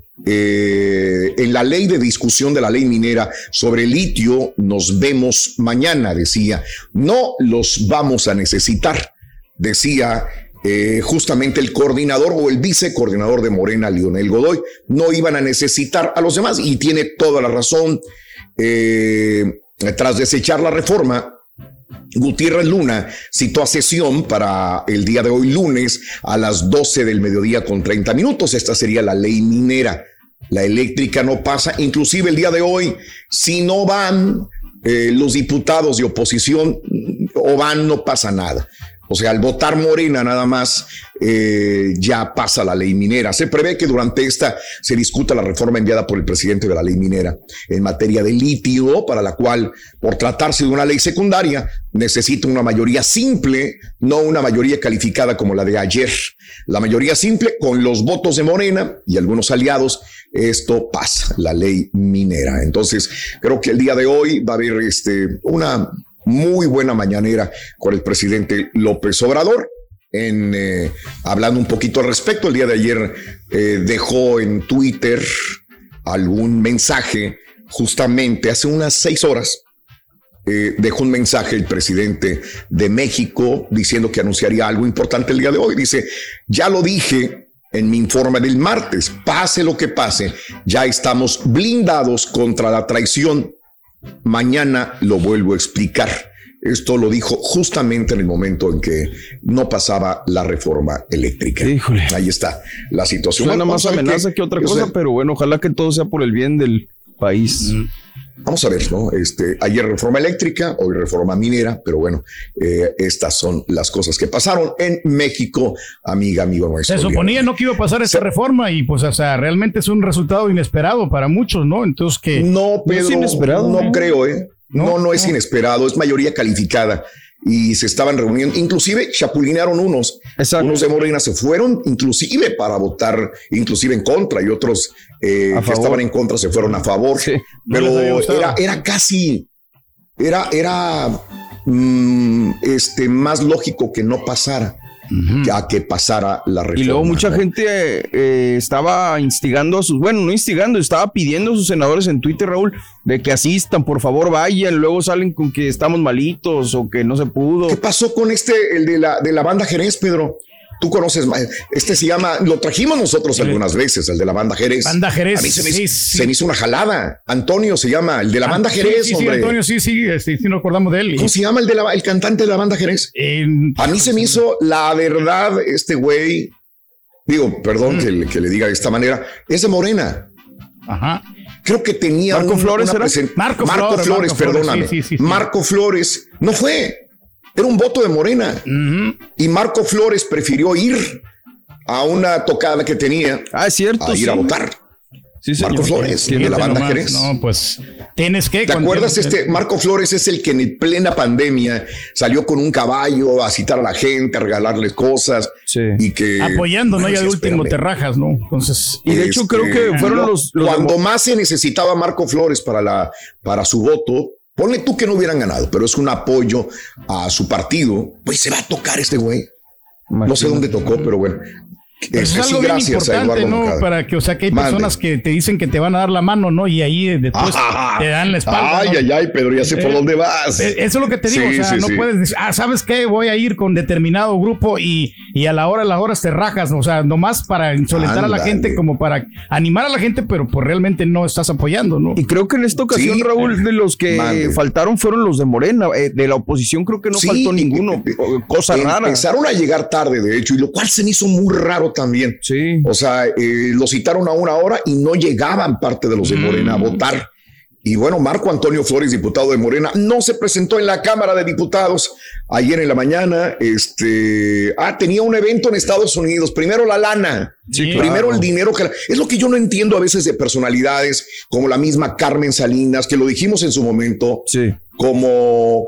en la ley de discusión de la ley minera sobre litio. Nos vemos mañana, decía. No los vamos a necesitar, decía justamente el coordinador o el vicecoordinador de Morena, Leonel Godoy. No iban a necesitar a los demás y tiene toda la razón. Tras desechar la reforma, Gutiérrez Luna citó a sesión para el día de hoy lunes a las 12 del mediodía con 30 minutos. Esta sería la ley minera. La eléctrica no pasa. Inclusive el día de hoy, si no van los diputados de oposición o van, no pasa nada. O sea, al votar Morena nada más ya pasa la ley minera. Se prevé que durante esta se discuta la reforma enviada por el presidente de la ley minera en materia de litio, para la cual, por tratarse de una ley secundaria, necesita una mayoría simple, no una mayoría calificada como la de ayer. La mayoría simple con los votos de Morena y algunos aliados, esto pasa, la ley minera. Entonces, creo que el día de hoy va a haber una muy buena mañanera con el presidente López Obrador, hablando un poquito al respecto. El día de ayer dejó en Twitter algún mensaje, justamente hace unas 6 horas, dejó un mensaje el presidente de México diciendo que anunciaría algo importante el día de hoy. Dice, ya lo dije en mi informe del martes, pase lo que pase, ya estamos blindados contra la traición. Mañana lo vuelvo a explicar. Esto lo dijo justamente en el momento en que no pasaba la reforma eléctrica. Híjole. Ahí está la situación. Suena más amenaza que otra cosa, pero bueno, ojalá que todo sea por el bien del país. Vamos a ver, ¿no? Ayer reforma eléctrica, hoy reforma minera, pero bueno, estas son las cosas que pasaron en México, amigo nuestro. Se suponía no que iba a pasar esta reforma y pues, o sea, realmente es un resultado inesperado para muchos, ¿no? Entonces que... No, Pedro, es inesperado, no creo, No es inesperado, es mayoría calificada. Y se estaban reuniendo, inclusive chapulinearon unos. Exacto. Unos de Morena se fueron inclusive para votar, inclusive en contra, y otros que estaban en contra se fueron a favor. Sí, pero era casi, más lógico que no pasara. A que pasara la reforma. Y luego mucha gente estaba instigando estaba pidiendo a sus senadores en Twitter, Raúl, de que asistan, por favor vayan, luego salen con que estamos malitos o que no se pudo. ¿Qué pasó con el de la banda Jerez, Pedro? Tú conoces, se llama, lo trajimos nosotros algunas veces, el de la banda Jerez. Banda Jerez. A mí se me hizo una jalada. Antonio se llama, el de la banda Jerez, hombre. Antonio, sí, nos acordamos de él. ¿Cómo se llama el cantante de la banda Jerez? A mí se me hizo, la verdad, güey, digo, perdón que le diga de esta manera, es de Morena. Ajá. Creo que tenía Marco Flores, Marco Flores, perdóname. Sí. Marco Flores, no fue. Era un voto de Morena. Y Marco Flores prefirió ir a una tocada que tenía. Es cierto. A ir a votar. Sí, Marco Flores, de la banda Jerez. No, pues tienes que. ¿Te acuerdas? Marco Flores es el que en plena pandemia salió con un caballo a citar a la gente, a regalarles cosas. Sí. Y que. Apoyando, ¿no? Ya de último te rajas, ¿no? Entonces. Y de hecho, creo que fueron los cuando más se necesitaba Marco Flores para su voto. Ponle tú que no hubieran ganado, pero es un apoyo a su partido. Pues se va a tocar este güey. No sé dónde tocó, pero bueno. Es algo bien importante, ¿no? Para que, o sea, que hay personas que te dicen que te van a dar la mano, ¿no? Y ahí después te dan la espalda. Ay, Pedro, ya sé por dónde vas. Eso es lo que te digo, o sea, no puedes decir, ¿sabes qué? Voy a ir con determinado grupo y a las horas te rajas, ¿no? O sea, nomás para insolentar a la gente, como para animar a la gente, pero pues realmente no estás apoyando, ¿no? Y creo que en esta ocasión, Raúl, de los que faltaron fueron los de Morena. De la oposición creo que no faltó ninguno. Cosa rara. Empezaron a llegar tarde, de hecho, y lo cual se me hizo muy raro también. Sí. O sea, lo citaron a una hora y no llegaban parte de los de Morena a votar. Y bueno, Marco Antonio Flores, diputado de Morena, no se presentó en la Cámara de Diputados ayer en la mañana. Tenía un evento en Estados Unidos. Primero la lana. Sí, primero el dinero. Es lo que yo no entiendo a veces de personalidades como la misma Carmen Salinas, que lo dijimos en su momento. Sí. Como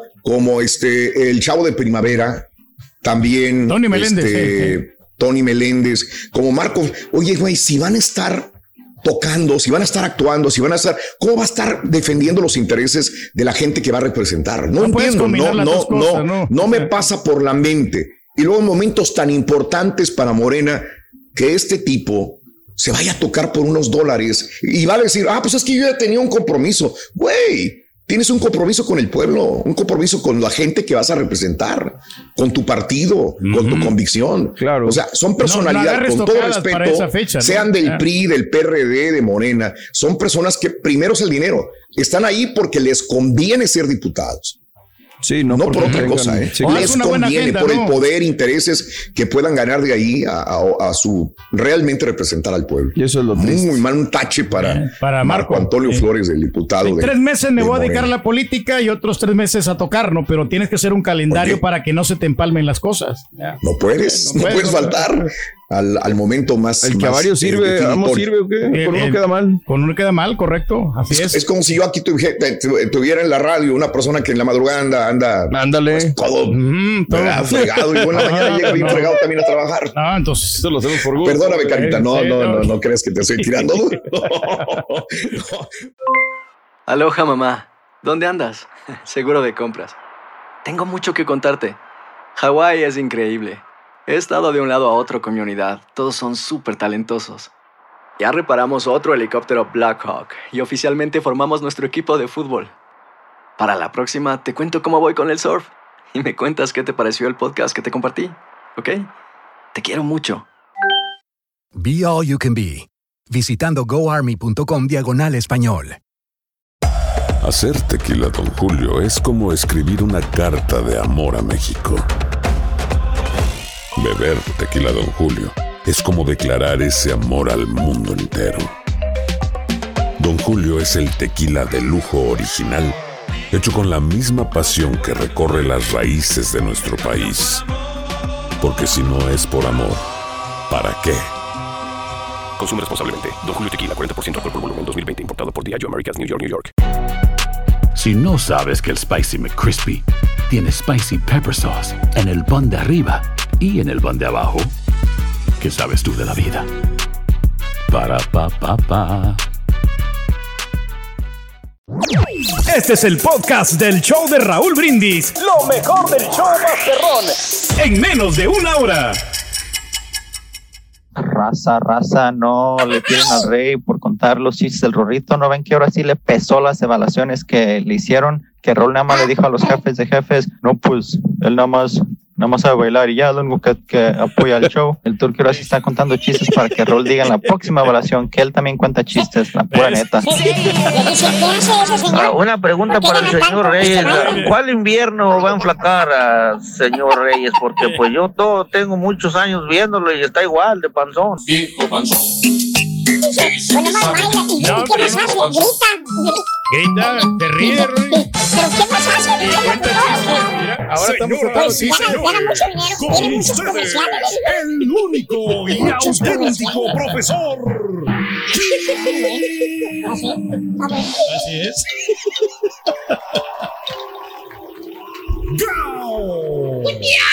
el Chavo de Primavera. También. Tony Meléndez. Tony Meléndez, como Marco. Oye, güey, si van a estar tocando, si van a estar actuando, ¿cómo va a estar defendiendo los intereses de la gente que va a representar? No entiendo, no me pasa por la mente. Y luego momentos tan importantes para Morena, que este tipo se vaya a tocar por unos dólares y va a decir, pues es que yo ya tenía un compromiso. Güey, tienes un compromiso con el pueblo, un compromiso con la gente que vas a representar, con tu partido, con tu convicción. Claro. O sea, son personalidades, con todo respeto, fecha, ¿no? Sean del PRI, del PRD, de Morena, son personas que primero es el dinero. Están ahí porque les conviene ser diputados. Sí, no por otra cosa, les conviene por el poder, intereses que puedan ganar de ahí a su realmente representar al pueblo. Y eso es lo triste. Muy mal, un tache para Marco Antonio Flores, el diputado. En 3 meses me voy a dedicar a la política y otros 3 meses a tocar, ¿no? Pero tienes que hacer un calendario para que no se te empalmen las cosas. No puedes faltar al momento más. El que a varios sirve, ¿vamos sirve o qué? Con uno queda mal. Con uno queda mal, correcto. Así es. Es como si yo aquí tuviera en la radio una persona que en la madrugada anda pues, todo fregado, y en la mañana llega bien fregado también a trabajar. Entonces eso lo hacemos por gusto. Perdóname, Carita, no crees que te estoy tirando. Aloha, mamá. ¿Dónde andas? Seguro de compras. Tengo mucho que contarte. Hawái es increíble. He estado de un lado a otro con mi unidad. Todos son súper talentosos. Ya reparamos otro helicóptero Blackhawk y oficialmente formamos nuestro equipo de fútbol. Para la próxima te cuento cómo voy con el surf y me cuentas qué te pareció el podcast que te compartí, ¿ok? Te quiero mucho. Be All You Can Be, visitando goarmy.com/español. Hacer tequila Don Julio es como escribir una carta de amor a México. Beber tequila Don Julio es como declarar ese amor al mundo entero. Don Julio es el tequila de lujo original, hecho con la misma pasión que recorre las raíces de nuestro país. Porque si no es por amor, ¿para qué? Consume responsablemente. Don Julio Tequila, 40% alcohol por volumen, 2020. Importado por Diageo Americas, New York, New York. Si no sabes que el Spicy McCrispy tiene Spicy Pepper Sauce en el pan de arriba y en el pan de abajo, ¿qué sabes tú de la vida? Para, pa. Este es el podcast del show de Raúl Brindis. Lo mejor del show Masterrón. En menos de 1 hora. Raza, no le tiren al rey por contar los chistes del Rorrito. ¿No ven que ahora sí le pesó las evaluaciones que le hicieron? Que Raúl nada más le dijo a los jefes de jefes, no, pues él nada más sabe bailar y ya, lo único que apoya el show. El turco ahora sí está contando chistes para que Raúl diga en la próxima evaluación que él también cuenta chistes, la pura neta. Una pregunta para el señor Reyes. ¿Cuál invierno va a enflacar, señor Reyes? Porque pues yo tengo muchos años viéndolo y está igual de panzón. Bueno, más baila. ¿Y qué más hace? Grita. Grita, te ríes, Rudy. ¿Pero qué más hace? Ahora estamos tratando. Sí, gana mucho dinero. Tiene muchos comerciales. El único y auténtico profesor. Así es. ¡Go!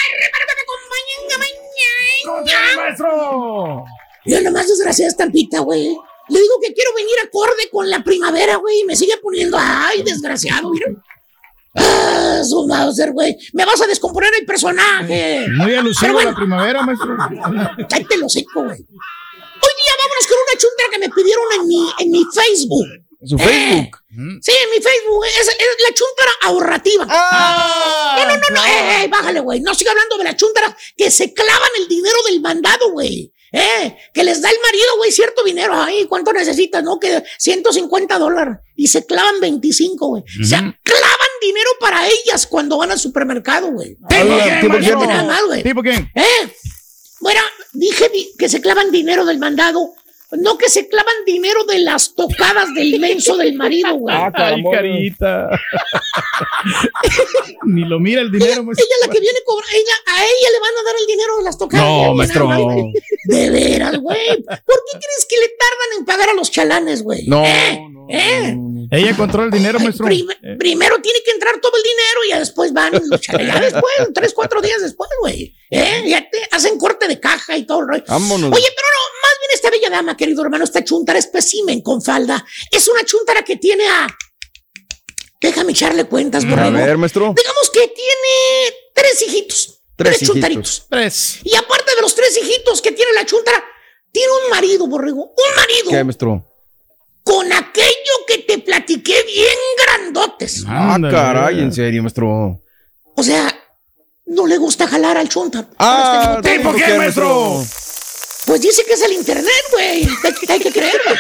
¡Maestro! Yo nomás desgraciada estampita, güey. Le digo que quiero venir acorde con la primavera, güey, y me sigue poniendo, ay, desgraciado, mira. Ah, su Mauser, güey. Me vas a descomponer el personaje. Muy alusivo a la primavera, maestro. Cállate el hocico, güey. Hoy día vámonos con una chuntara que me pidieron en mi Facebook. ¿En su Facebook? Sí, en mi Facebook. Es la chuntara ahorrativa. No. Bájale, güey. No siga hablando de la chuntara que se clavan el dinero del mandado, güey. Que les da el marido, güey, cierto dinero. Ay, ¿cuánto necesitas? No, que $150. Y se clavan 25, güey. O sea, clavan dinero para ellas cuando van al supermercado, güey. ¿Tipo qué? Bueno, dije que se clavan dinero del mandado. No que se clavan dinero de las tocadas del menso del marido, güey. Ay, carita. Ni lo mira el dinero, maestro. Ella es la que viene cobrando. A ella le van a dar el dinero de las tocadas. No, maestro. De veras, güey. ¿Por qué crees que le tardan en pagar a los chalanes, güey? No. Ella controla el dinero, maestro. Primero tiene que entrar todo el dinero y ya después van los chalanes. Ya después, 3-4 días después, güey. Ya te hacen corte de caja y todo el rollo. Vámonos. Oye, pero no, más bien esta bella dama, querido hermano, esta chuntara espécimen con falda. Es una chuntara que tiene a... Déjame echarle cuentas, borrego. A ver, maestro. Digamos que tiene 3 hijitos. 3 chuntaritos. 3. Y aparte de los 3 hijitos que tiene la chuntara, tiene un marido, borrego. Un marido. ¿Qué, maestro? Con aquello que te platiqué bien grandotes. Caray, en serio, maestro. O sea, no le gusta jalar al chuntar. ¿Por qué, maestro? Pues dice que es el internet, güey. Hay que creer, güey.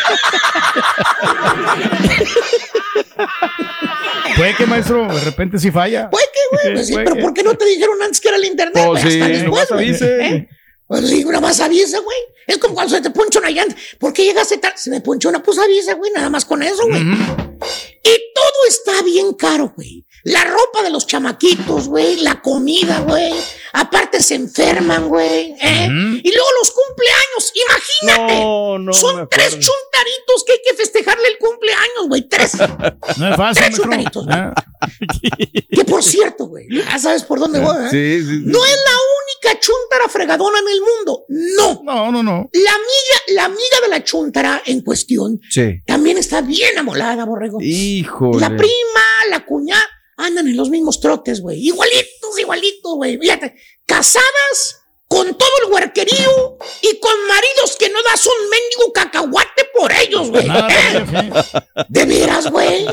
Puede que, maestro, de repente sí falla. Puede que, güey. Sí, pero ¿por qué no te dijeron antes que era el internet? Pues sí, nomás avise. Pues sí, nada más avisa, güey. Es como cuando se te poncha una llanta. ¿Por qué llegaste tarde? Se me ponchó una, pues avisa, güey. Nada más con eso, güey. Y todo está bien caro, güey. La ropa de los chamaquitos, güey. La comida, güey. Aparte se enferman, güey. Y luego los cumpleaños. Imagínate. Son 3 chuntaritos que hay que festejarle el cumpleaños, güey. 3. No es fácil, 3 chuntaritos. Que por cierto, güey. Ya sabes por dónde voy, ¿eh? Sí. No es la única chuntara fregadona en el mundo. No. La amiga de la chuntara en cuestión también está bien amolada, borrego. Híjole. La prima, la cuñada, andan en los mismos trotes, güey. Igualitos, güey. Fíjate, casadas con todo el huerquerío y con maridos que no das un mendigo cacahuate por ellos, güey. De veras,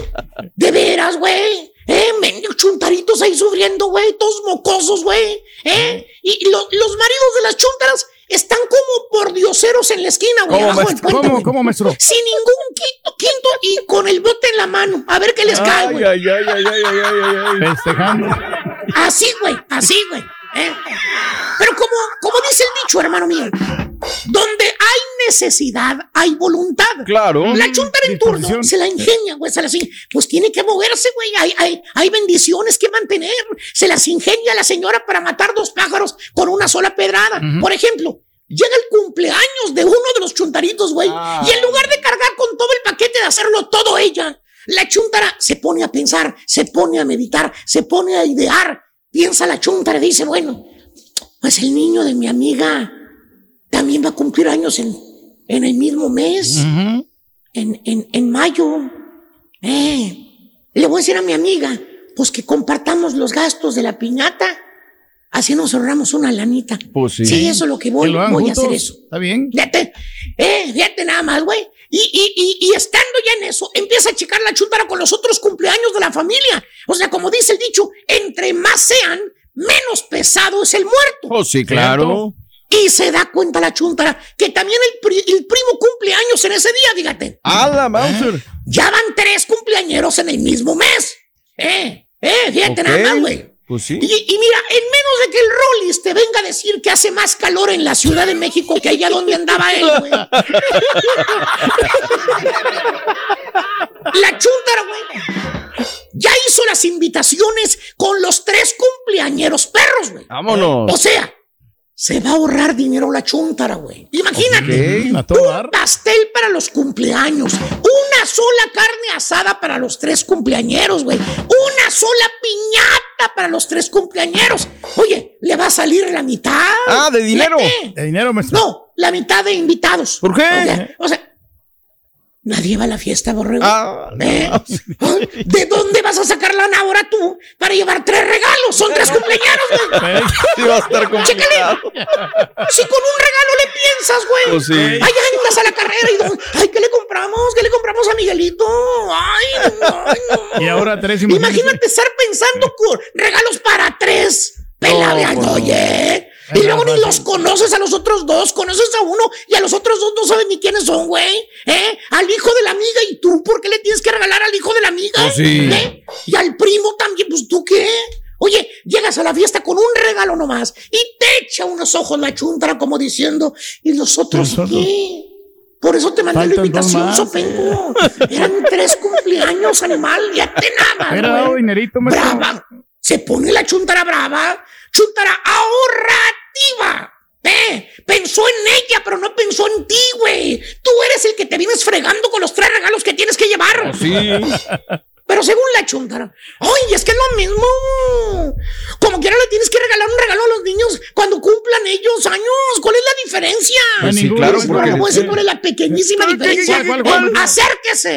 güey. Mendigos chuntaritos ahí sufriendo, güey. Todos mocosos, güey. Y los maridos de las chuntaras están como pordioseros en la esquina, güey. ¿Cómo, maestro? Sin ningún quinto y con el bote en la mano. A ver qué les cae, güey. Ay. Festejando. Así, güey. Pero como dice el dicho, hermano mío, donde hay necesidad, hay voluntad. Claro. La chuntara en turno se la ingenia, güey. Pues tiene que moverse, güey. Hay bendiciones que mantener. Se las ingenia la señora para matar 2 pájaros con una sola pedrada. Por ejemplo, llega el cumpleaños de uno de los chuntaritos, güey. Y en lugar de cargar con todo el paquete de hacerlo todo ella, la chuntara se pone a pensar, se pone a meditar, se pone a idear. Piensa la chuntara y dice, bueno, pues el niño de mi amiga también va a cumplir años en el mismo mes, en mayo. Le voy a decir a mi amiga, pues que compartamos los gastos de la piñata, así nos ahorramos una lanita. Pues sí. Sí, eso es lo que voy a hacer eso. Está bien. Fíjate nada más, güey. Y estando ya en eso, empieza a checar la chuntara con los otros cumpleaños de la familia. O sea, como dice el dicho, entre más sean, menos pesado es el muerto. Oh, sí, claro. Y se da cuenta la chuntara que también el primo cumpleaños en ese día, fíjate. ¡A la Mauser! Ya van 3 cumpleañeros en el mismo mes. Fíjate nada más, güey. Pues sí. Y mira, en menos de que el Rollis te venga a decir que hace más calor en la Ciudad de México que allá donde andaba él, güey. La chuntara, güey, ya hizo las invitaciones con los 3 cumpleañeros perros, güey. Vámonos. O sea, se va a ahorrar dinero la chuntara, güey. Imagínate, un pastel para los cumpleaños, una sola carne asada para los 3 cumpleañeros, güey, una sola piñata para los 3 cumpleañeros. Oye, le va a salir la mitad. Ah, ¿de dinero? ¿De dinero, maestro? No, la mitad de invitados. ¿Por qué? O sea, nadie va a la fiesta, borrego. No. ¿De dónde vas a sacar lana ahora tú para llevar 3 regalos? Son 3 cumpleaños, güey. Sí va a estar complicado. Chécale. Si con un regalo le piensas, güey. Pues sí. Ay, andas a la carrera y ay, ¿qué le compramos? ¿Qué le compramos a Miguelito? Ay, no. Y ahora 3. Imagínate estar pensando con regalos para 3. Oye. Y luego ni los conoces a los otros 2, conoces a uno y a los otros 2 no sabes ni quiénes son, güey. Al hijo de la amiga, ¿y tú por qué le tienes que regalar al hijo de la amiga? Pues sí. Y al primo también, pues ¿tú qué? Oye, llegas a la fiesta con un regalo nomás y te echa unos ojos la chuntara como diciendo, ¿y los otros qué? Por eso te mandé la invitación, Sopenco. Eran 3 cumpleaños, animal, ya te nada. Hubiera dado dinerito, maestro. Brava. Se pone la chuntara brava. Chuntara ahorrativa. Pensó en ella, pero no pensó en ti, güey. Tú eres el que te vienes fregando con los 3 regalos que tienes que llevar. Sí. Pero según la chuntara, oye, es que es lo mismo. Como quiera le tienes que regalar un regalo a los niños cuando cumplan ellos años. ¿Cuál es la diferencia? Pues sí, claro, porque no puedo decir cuál es la pequeñísima diferencia. ¿Cuál? Acérquese.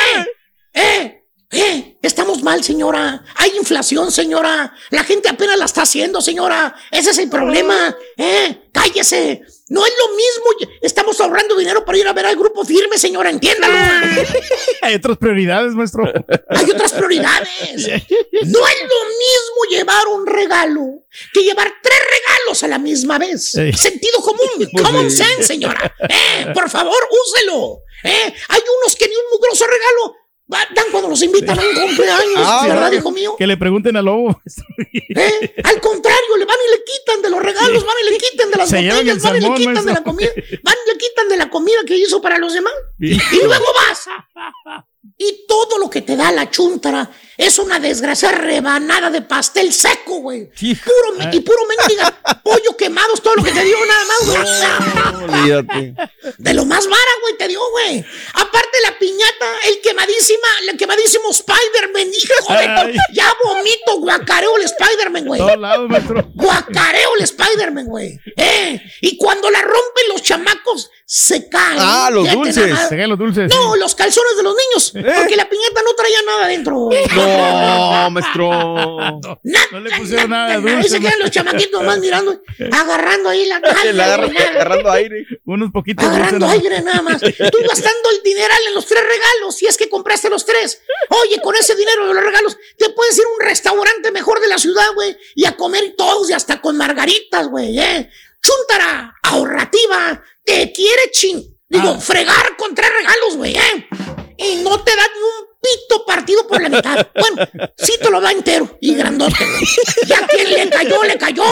Estamos mal, señora. Hay inflación, señora. La gente apenas la está haciendo, señora. Ese es el problema. Cállese. No es lo mismo. Estamos ahorrando dinero para ir a ver al Grupo Firme, señora. Entiéndalo. Hay otras prioridades, maestro. Hay otras prioridades. No es lo mismo llevar un regalo que llevar 3 regalos a la misma vez. Sentido común. Common sense, señora. Por favor, úselo. Hay unos que ni un mugroso regalo dan cuando los invitan a un cumpleaños, ¿verdad, hijo mío? Que le pregunten al lobo. Al contrario, le van y le quitan de los regalos, van y le quitan de las botellas, van y le quitan de la comida, van y le quitan de la comida que hizo para los demás. Y luego vas. Y todo lo que te da la chuntara es una desgraciada rebanada de pastel seco, güey. Puro mendiga pollo quemados, todo lo que te dio nada más, güey. Olvídate. De lo más vara, güey, te dio, güey. Aparte la piñata, el quemadísimo Spider-Man, hijo de... Ya vomito, guacareo el Spider-Man, güey. Todos lados, maestro. Guacareo el Spider-Man, güey. Y cuando la rompen los chamacos, se caen. Los dulces. Se caen los dulces. No, los calzones de los niños. Porque la piñata no traía nada adentro. No, maestro. No le pusieron nada de dulce. Ahí se quedan los chamaquitos más mirando, agarrando ahí la agarrando aire. Unos poquitos. Agarrando aire nada más. Tú gastando el dineral en los 3 regalos, si es que compraste los 3. Oye, con ese dinero de los regalos, te puedes ir a un restaurante mejor de la ciudad, güey, y a comer todos y hasta con margaritas, güey, Chuntara, ahorrativa, te quiere fregar con 3 regalos, güey, Y no te da ni un pito partido por la mitad. Bueno, sí te lo da entero y grandote, güey. Y a quien le cayó, le cayó.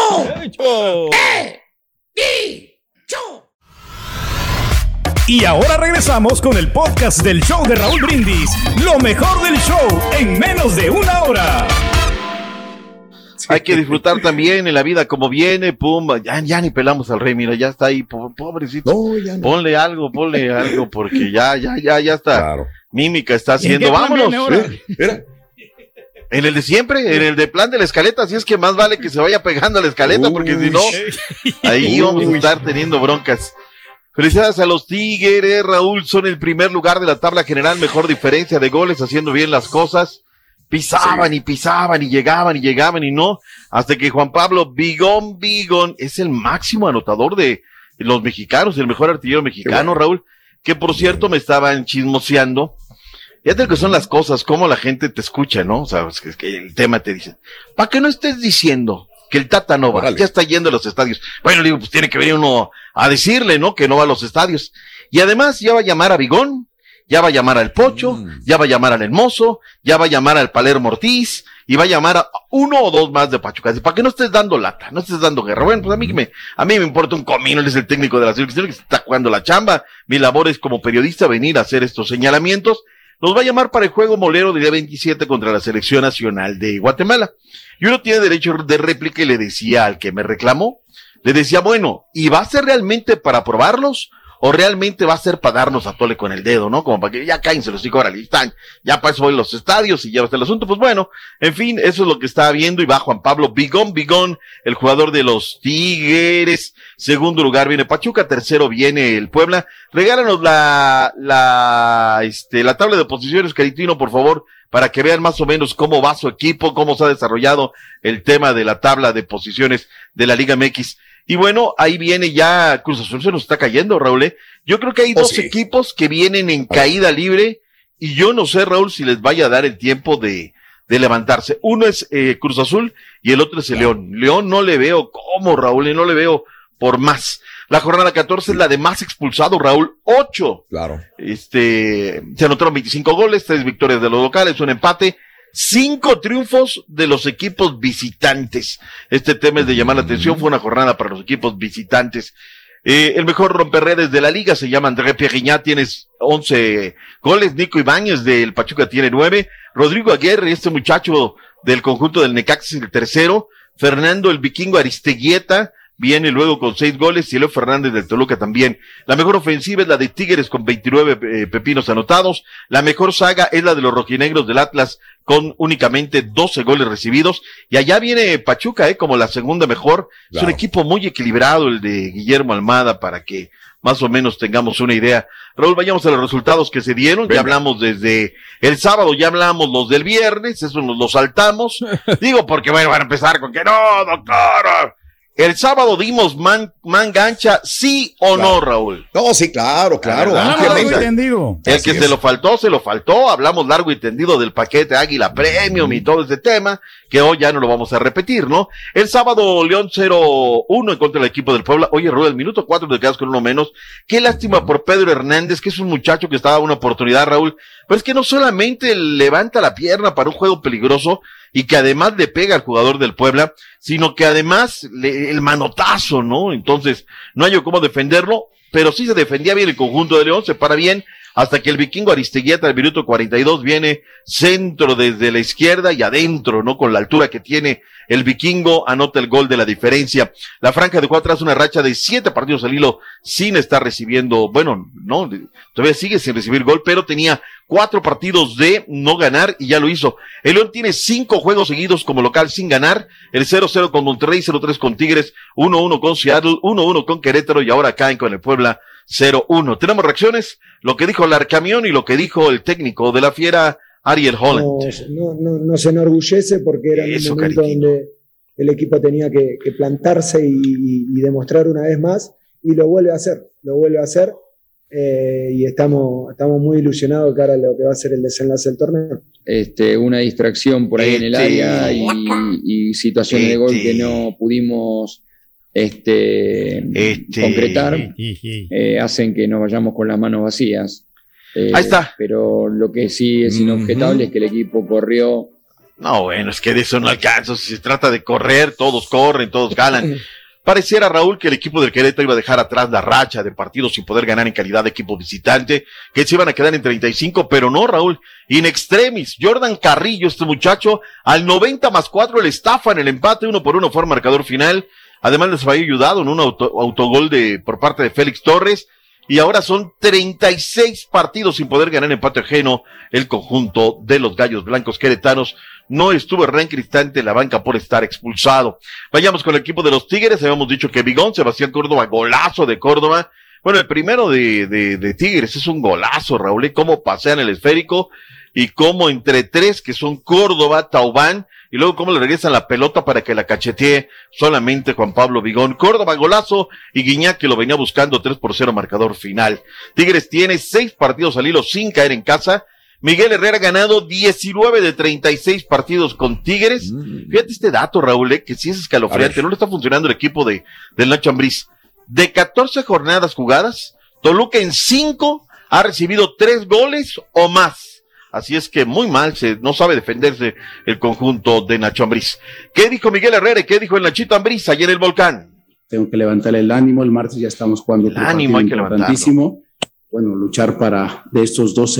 Y ahora regresamos con el podcast del show de Raúl Brindis. Lo mejor del show en menos de 1 hora. Hay que disfrutar también en la vida como viene, pum, ya ni pelamos al rey, mira, ya está ahí, pobrecito. No. Ponle algo, porque ya está. Claro. Mímica está haciendo, vámonos. En el de siempre, en el de plan de la escaleta, así es que más vale que se vaya pegando a la escaleta, porque si no, ahí vamos a estar teniendo broncas. Felicidades a los Tigres, Raúl, son el primer lugar de la tabla general, mejor diferencia de goles, haciendo bien las cosas. Pisaban y llegaban y no, hasta que Juan Pablo Vigón es el máximo anotador de los mexicanos, el mejor artillero mexicano, Raúl, que por cierto me estaban chismoseando. Fíjate que son las cosas, cómo la gente te escucha, ¿no? O sea, es que el tema te dice, para que no estés diciendo que el Tata no va, ya está yendo a los estadios. Bueno, digo, pues tiene que venir uno a decirle, ¿no? Que no va a los estadios. Y además ya va a llamar a Vigón, ya va a llamar al Pocho, ya va a llamar al Hermoso, ya va a llamar al Palermo Ortiz, y va a llamar a 1 o 2 más de Pachuca. Para que no estés dando lata, no estés dando guerra. Bueno, pues a mí me importa un comino, él es el técnico de la selección que está jugando la chamba. Mi labor es como periodista venir a hacer estos señalamientos. los va a llamar para el juego molero del día 27 contra la Selección Nacional de Guatemala. Y uno tiene derecho de réplica y le decía al que me reclamó, le decía, bueno, ¿y va a ser realmente para probarlos? ¿O realmente va a ser para darnos a tole con el dedo, no? Como para que ya cállense los hijos, ahora están, ya para eso voy a los estadios y ya está el asunto. Pues bueno, en fin, eso es lo que estaba viendo y va Juan Pablo Vigón, el jugador de los Tigres. Segundo lugar viene Pachuca, tercero viene el Puebla. Regálanos la tabla de posiciones, Caritino, por favor, para que vean más o menos cómo va su equipo, cómo se ha desarrollado el tema de la tabla de posiciones de la Liga MX. Y bueno, ahí viene ya, Cruz Azul se nos está cayendo, Raúl. Yo creo que hay dos equipos que vienen en caída libre y yo no sé, Raúl, si les vaya a dar el tiempo de levantarse. Uno es Cruz Azul y el otro es el León. León no le veo cómo, Raúl, no le veo por más. La jornada 14 es la de más expulsados, Raúl, 8. Claro. Se anotaron 25 goles, 3 victorias de los locales, un empate. 5 triunfos de los equipos visitantes. Este tema es de llamar la atención, fue una jornada para los equipos visitantes. El mejor romperredes de la liga se llama André Pierriñat, tiene 11 goles. Nico Ibáñez del Pachuca tiene 9. Rodrigo Aguirre, este muchacho del conjunto del Necaxa, es el tercero. Fernando el Vikingo Aristeguieta viene luego con 6 goles y Leo Fernández del Toluca también. La mejor ofensiva es la de Tigres con 29 pepinos anotados. La mejor saga es la de los rojinegros del Atlas con únicamente 12 goles recibidos. Y allá viene Pachuca, como la segunda mejor. Claro. Es un equipo muy equilibrado el de Guillermo Almada para que más o menos tengamos una idea. Raúl, vayamos a los resultados que se dieron. Venga. Ya hablamos desde el sábado, ya hablamos los del viernes, eso nos lo saltamos. Digo porque bueno, van a empezar con que no, doctor. El sábado dimos mangancha, ¿sí o no, Raúl? No, sí, claro. El que se lo faltó. Hablamos largo y tendido del paquete Águila Premium y todo ese tema, que hoy ya no lo vamos a repetir, ¿no? El sábado, León 0-1 en contra del equipo del Puebla. Oye, Raúl, el minuto 4 te quedas con uno menos. Qué lástima por Pedro Hernández, que es un muchacho que estaba dando una oportunidad, Raúl. Pero es que no solamente levanta la pierna para un juego peligroso, y que además le pega al jugador del Puebla, sino que además el manotazo, ¿no? Entonces, no hay cómo defenderlo, pero sí se defendía bien el conjunto de León, se para bien, hasta que el Vikingo Aristeguieta al minuto 42 viene centro desde la izquierda y adentro, ¿no? Con la altura que tiene el Vikingo, anota el gol de la diferencia. La franja de cuatro hace una racha de 7 partidos al hilo sin estar recibiendo, bueno, no, todavía sigue sin recibir gol, pero tenía 4 partidos de no ganar y ya lo hizo. El León tiene 5 juegos seguidos como local sin ganar, el 0-0 con Monterrey, 0-3 con Tigres, 1-1 con Seattle, 1-1 con Querétaro y ahora caen con el Puebla 0-1. Tenemos reacciones, lo que dijo Larcamión y lo que dijo el técnico de la Fiera, Ariel Holland. Nos enorgullece porque era un momento donde el equipo tenía que plantarse y demostrar una vez más, y lo vuelve a hacer, y estamos muy ilusionados cara a lo que va a ser el desenlace del torneo. Una distracción por ahí en el área y situaciones de gol que no pudimos concretar, hacen que nos vayamos con las manos vacías. Ahí está. Pero lo que sí es inobjetable es que el equipo corrió. No, bueno, es que de eso no alcanza. Si se trata de correr, todos corren, todos ganan. Pareciera, Raúl, que el equipo del Querétaro iba a dejar atrás la racha de partidos sin poder ganar en calidad de equipo visitante, que se iban a quedar en 35, pero no, Raúl. In extremis, Jordan Carrillo, este muchacho, al 90+4 le estafa en el empate, 1-1 fue el marcador final. Además les había ayudado en un autogol por parte de Félix Torres. Y ahora son 36 partidos sin poder ganar empate ajeno el conjunto de los Gallos Blancos queretanos. No estuvo Hernán Cristante en la banca por estar expulsado. Vayamos con el equipo de los Tigres. Habíamos dicho que Vigón, Sebastián Córdoba, golazo de Córdoba. Bueno, el primero de Tigres es un golazo, Raúl. Cómo pasean el esférico y cómo entre 3 que son Córdoba, Taubán, y luego cómo le regresan la pelota para que la cachetee solamente Juan Pablo Vigón. Córdoba, golazo, y Guiñac que lo venía buscando, 3-0 marcador final. Tigres tiene 6 partidos al hilo sin caer en casa. Miguel Herrera ha ganado 19 de 36 partidos con Tigres. Fíjate este dato, Raúl, que sí es escalofriante. No le está funcionando el equipo del Nacho Ambriz. De 14 jornadas jugadas, Toluca en 5 ha recibido 3 goles o más. Así es que muy mal, no sabe defenderse el conjunto de Nacho Ambriz. ¿Qué dijo Miguel Herrera y qué dijo el Nachito Ambriz allá en el Volcán? Tengo que levantar el ánimo, el martes ya estamos jugando. El ánimo hay que levantarlo. Bueno, luchar de estos 12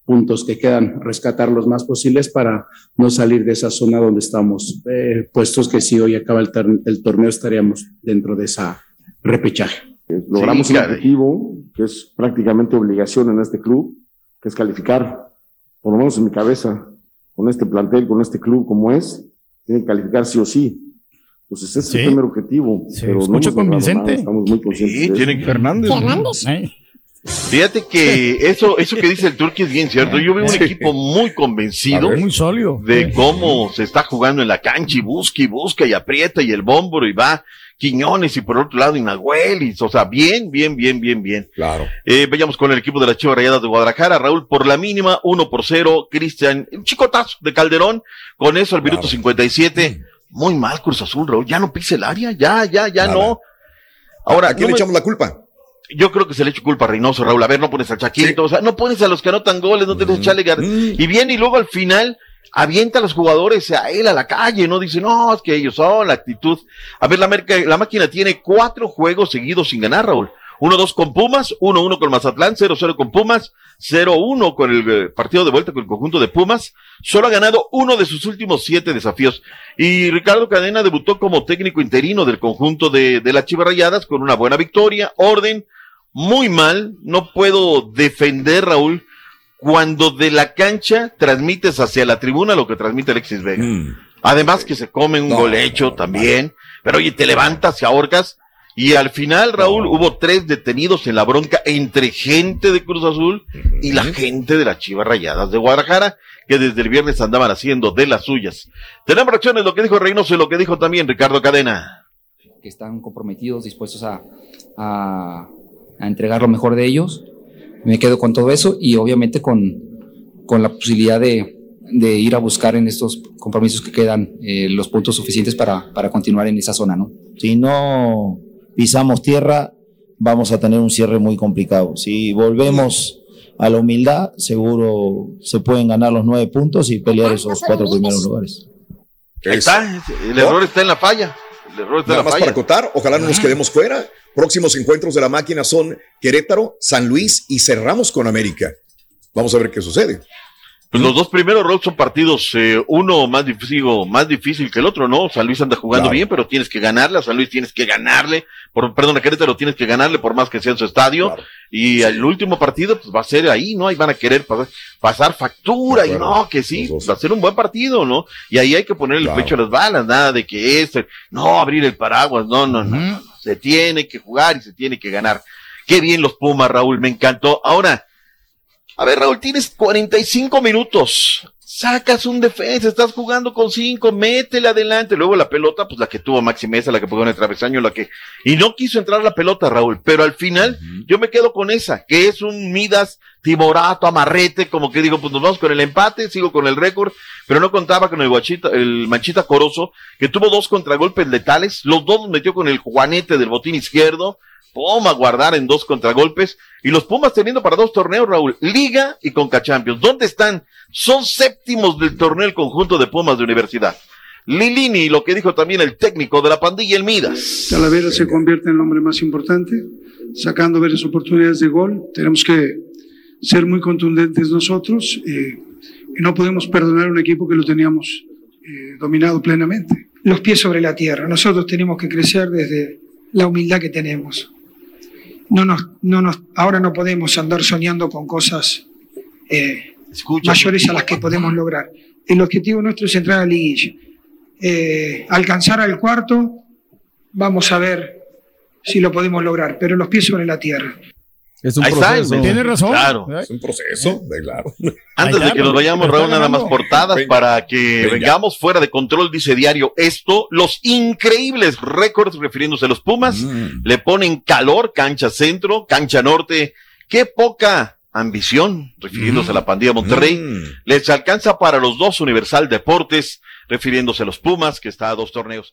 puntos que quedan, rescatar los más posibles para no salir de esa zona donde estamos puestos, que si hoy acaba el torneo estaríamos dentro de esa repechaje. Logramos un objetivo que es prácticamente obligación en este club, que es calificar, por lo menos en mi cabeza, con este plantel, con este club como es, tienen que calificar sí o sí. Entonces ese es el primer objetivo. Sí, pero escucho no convincente. Estamos muy conscientes de tienen eso. Fernández. Fíjate que eso que dice el Turqui es bien cierto. Yo veo un equipo muy convencido, muy sólido, de cómo se está jugando en la cancha, y busca y aprieta y el bómboro y va Quiñones y por otro lado y Nahuel, o sea, bien. Claro. Veamos con el equipo de las Chivas Rayadas de Guadalajara. Raúl, por la mínima, 1-0. Cristian, un chicotazo de Calderón, con eso al minuto 57. Muy mal Cruz Azul, Raúl, ya no pise el área, ya no. Ahora, ¿a quién le echamos la culpa? Yo creo que se le echa culpa a Reynoso, Raúl. A ver, no pones al Chaquito, o sea, no pones a los que anotan goles, no tienes que echarle y viene y luego al final avienta a los jugadores a él a la calle, no dice, no, es que ellos son la actitud. A ver, la máquina tiene 4 juegos seguidos sin ganar, Raúl. 1-2 con Pumas, 1-1 con Mazatlán, 0-0 con Pumas, 0-1 con el partido de vuelta con el conjunto de Pumas. Solo ha ganado 1 de sus últimos 7 desafíos. Y Ricardo Cadena debutó como técnico interino del conjunto de las Chivas Rayadas con una buena victoria, orden, muy mal. No puedo defender, Raúl, cuando de la cancha transmites hacia la tribuna lo que transmite Alexis Vega. Además que se come un gol hecho también, pero oye, te levantas y ahorcas. Y al final, Raúl, hubo 3 detenidos en la bronca entre gente de Cruz Azul y la gente de las Chivas Rayadas de Guadalajara, que desde el viernes andaban haciendo de las suyas. Tenemos reacciones, lo que dijo Reynoso y lo que dijo también Ricardo Cadena. Que están comprometidos, dispuestos a entregar lo mejor de ellos. Me quedo con todo eso y obviamente con la posibilidad de ir a buscar en estos compromisos que quedan los puntos suficientes para continuar en esa zona, ¿no? Si no pisamos tierra, vamos a tener un cierre muy complicado. Si volvemos a la humildad, seguro se pueden ganar los 9 puntos y pelear esos 4 primeros lugares. Ahí está, el error está en la falla. Nada más para acotar, ojalá no nos quedemos fuera. Próximos encuentros de la máquina son Querétaro, San Luis y cerramos con América. Vamos a ver qué sucede. Pues los 2 primeros, Raúl, son partidos, uno más difícil que el otro, ¿no? San Luis anda jugando bien, pero tienes que ganarle, a San Luis tienes que ganarle, a Querétaro tienes que ganarle por más que sea en su estadio, y el último partido, pues va a ser ahí, ¿no? Ahí van a querer pasar factura, y no, que sí, va a ser un buen partido, ¿no? Y ahí hay que poner el pecho a las balas, nada de que no, abrir el paraguas, no, se tiene que jugar y se tiene que ganar. Qué bien los Pumas, Raúl, me encantó. Ahora, a ver, Raúl, tienes 45 minutos, sacas un defensa, estás jugando con 5, métele adelante, luego la pelota, pues la que tuvo Maxi Mesa, la que pegó en el travesaño, y no quiso entrar la pelota, Raúl, pero al final yo me quedo con esa, que es un Midas, timorato, amarrete, como que digo, pues nos vamos con el empate, sigo con el récord, pero no contaba con el Manchita Corozo, que tuvo 2 contragolpes letales, los 2 los metió con el juanete del botín izquierdo, a guardar en 2 contragolpes, y los Pumas teniendo para 2 torneos, Raúl, Liga y Conca Champions. ¿Dónde están? Son séptimos del torneo el conjunto de Pumas de Universidad. Lilini, lo que dijo también el técnico de la pandilla, el Midas. Talavera se convierte en el hombre más importante, sacando varias oportunidades de gol. Tenemos que ser muy contundentes nosotros, y no podemos perdonar a un equipo que lo teníamos dominado plenamente. Los pies sobre la tierra. Nosotros tenemos que crecer desde la humildad que tenemos. Ahora no podemos andar soñando con cosas mayores a las que podemos lograr. El objetivo nuestro es entrar a la liguilla. Alcanzar al cuarto, vamos a ver si lo podemos lograr, pero los pies sobre la tierra. Es un proceso. Tienes razón. Claro. Es un proceso, claro. Antes de que nos vayamos, Raúl, nada más portadas para que vengamos fuera de control, dice Diario esto, los increíbles récords refiriéndose a los Pumas, le ponen calor, cancha centro, cancha norte, qué poca ambición, refiriéndose a la pandilla Monterrey, les alcanza para los 2 Universal Deportes, refiriéndose a los Pumas, que está a 2 torneos.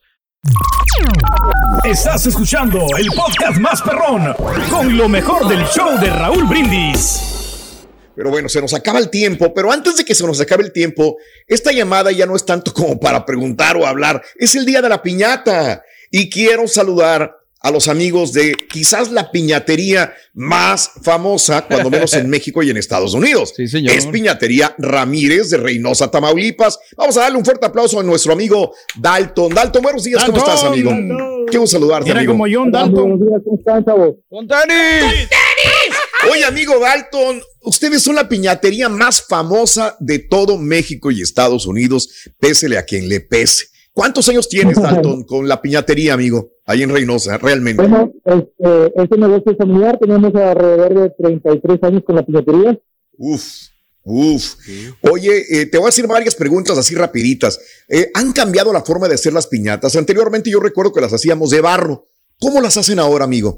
Estás escuchando el podcast más perrón con lo mejor del show de Raúl Brindis. Pero bueno, se nos acaba el tiempo, pero antes de que se nos acabe el tiempo, esta llamada ya no es tanto como para preguntar o hablar, es el día de la piñata y quiero saludar a los amigos de quizás la piñatería más famosa, cuando menos en México y en Estados Unidos. Sí, señor. Es Piñatería Ramírez de Reynosa, Tamaulipas. Vamos a darle un fuerte aplauso a nuestro amigo Dalton. Dalton, buenos días, ¿cómo estás, amigo? Qué gusto saludarte, Era amigo. como John Dalton. Buenos días, ¿cómo están, chavos? ¡Con tenis! Oye, amigo Dalton, ustedes son la piñatería más famosa de todo México y Estados Unidos, pésele a quien le pese. ¿Cuántos años tienes, Dalton, con la piñatería, amigo, ahí en Reynosa, realmente? Bueno, este negocio es familiar, tenemos alrededor de 33 años con la piñatería. Uf. Oye, te voy a hacer varias preguntas así rapiditas. ¿Han cambiado la forma de hacer las piñatas? Anteriormente yo recuerdo que las hacíamos de barro. ¿Cómo las hacen ahora, amigo?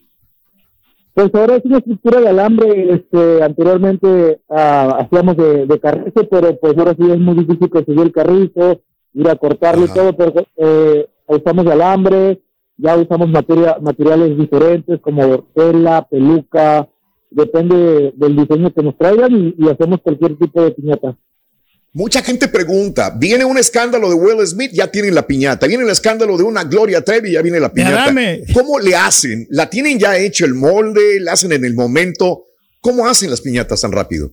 Pues ahora es una estructura de alambre, anteriormente hacíamos de carrizo, pero pues ahora sí es muy difícil conseguir el carrizo, ir a cortarlo y todo, pero usamos de alambre, ya usamos materiales diferentes como tela, peluca, depende del diseño que nos traigan y hacemos cualquier tipo de piñata. Mucha gente pregunta, viene un escándalo de Will Smith, ya tienen la piñata, viene el escándalo de una Gloria Trevi, ya viene la piñata. ¿Cómo le hacen? ¿La tienen ya hecho el molde? ¿La hacen en el momento? ¿Cómo hacen las piñatas tan rápido?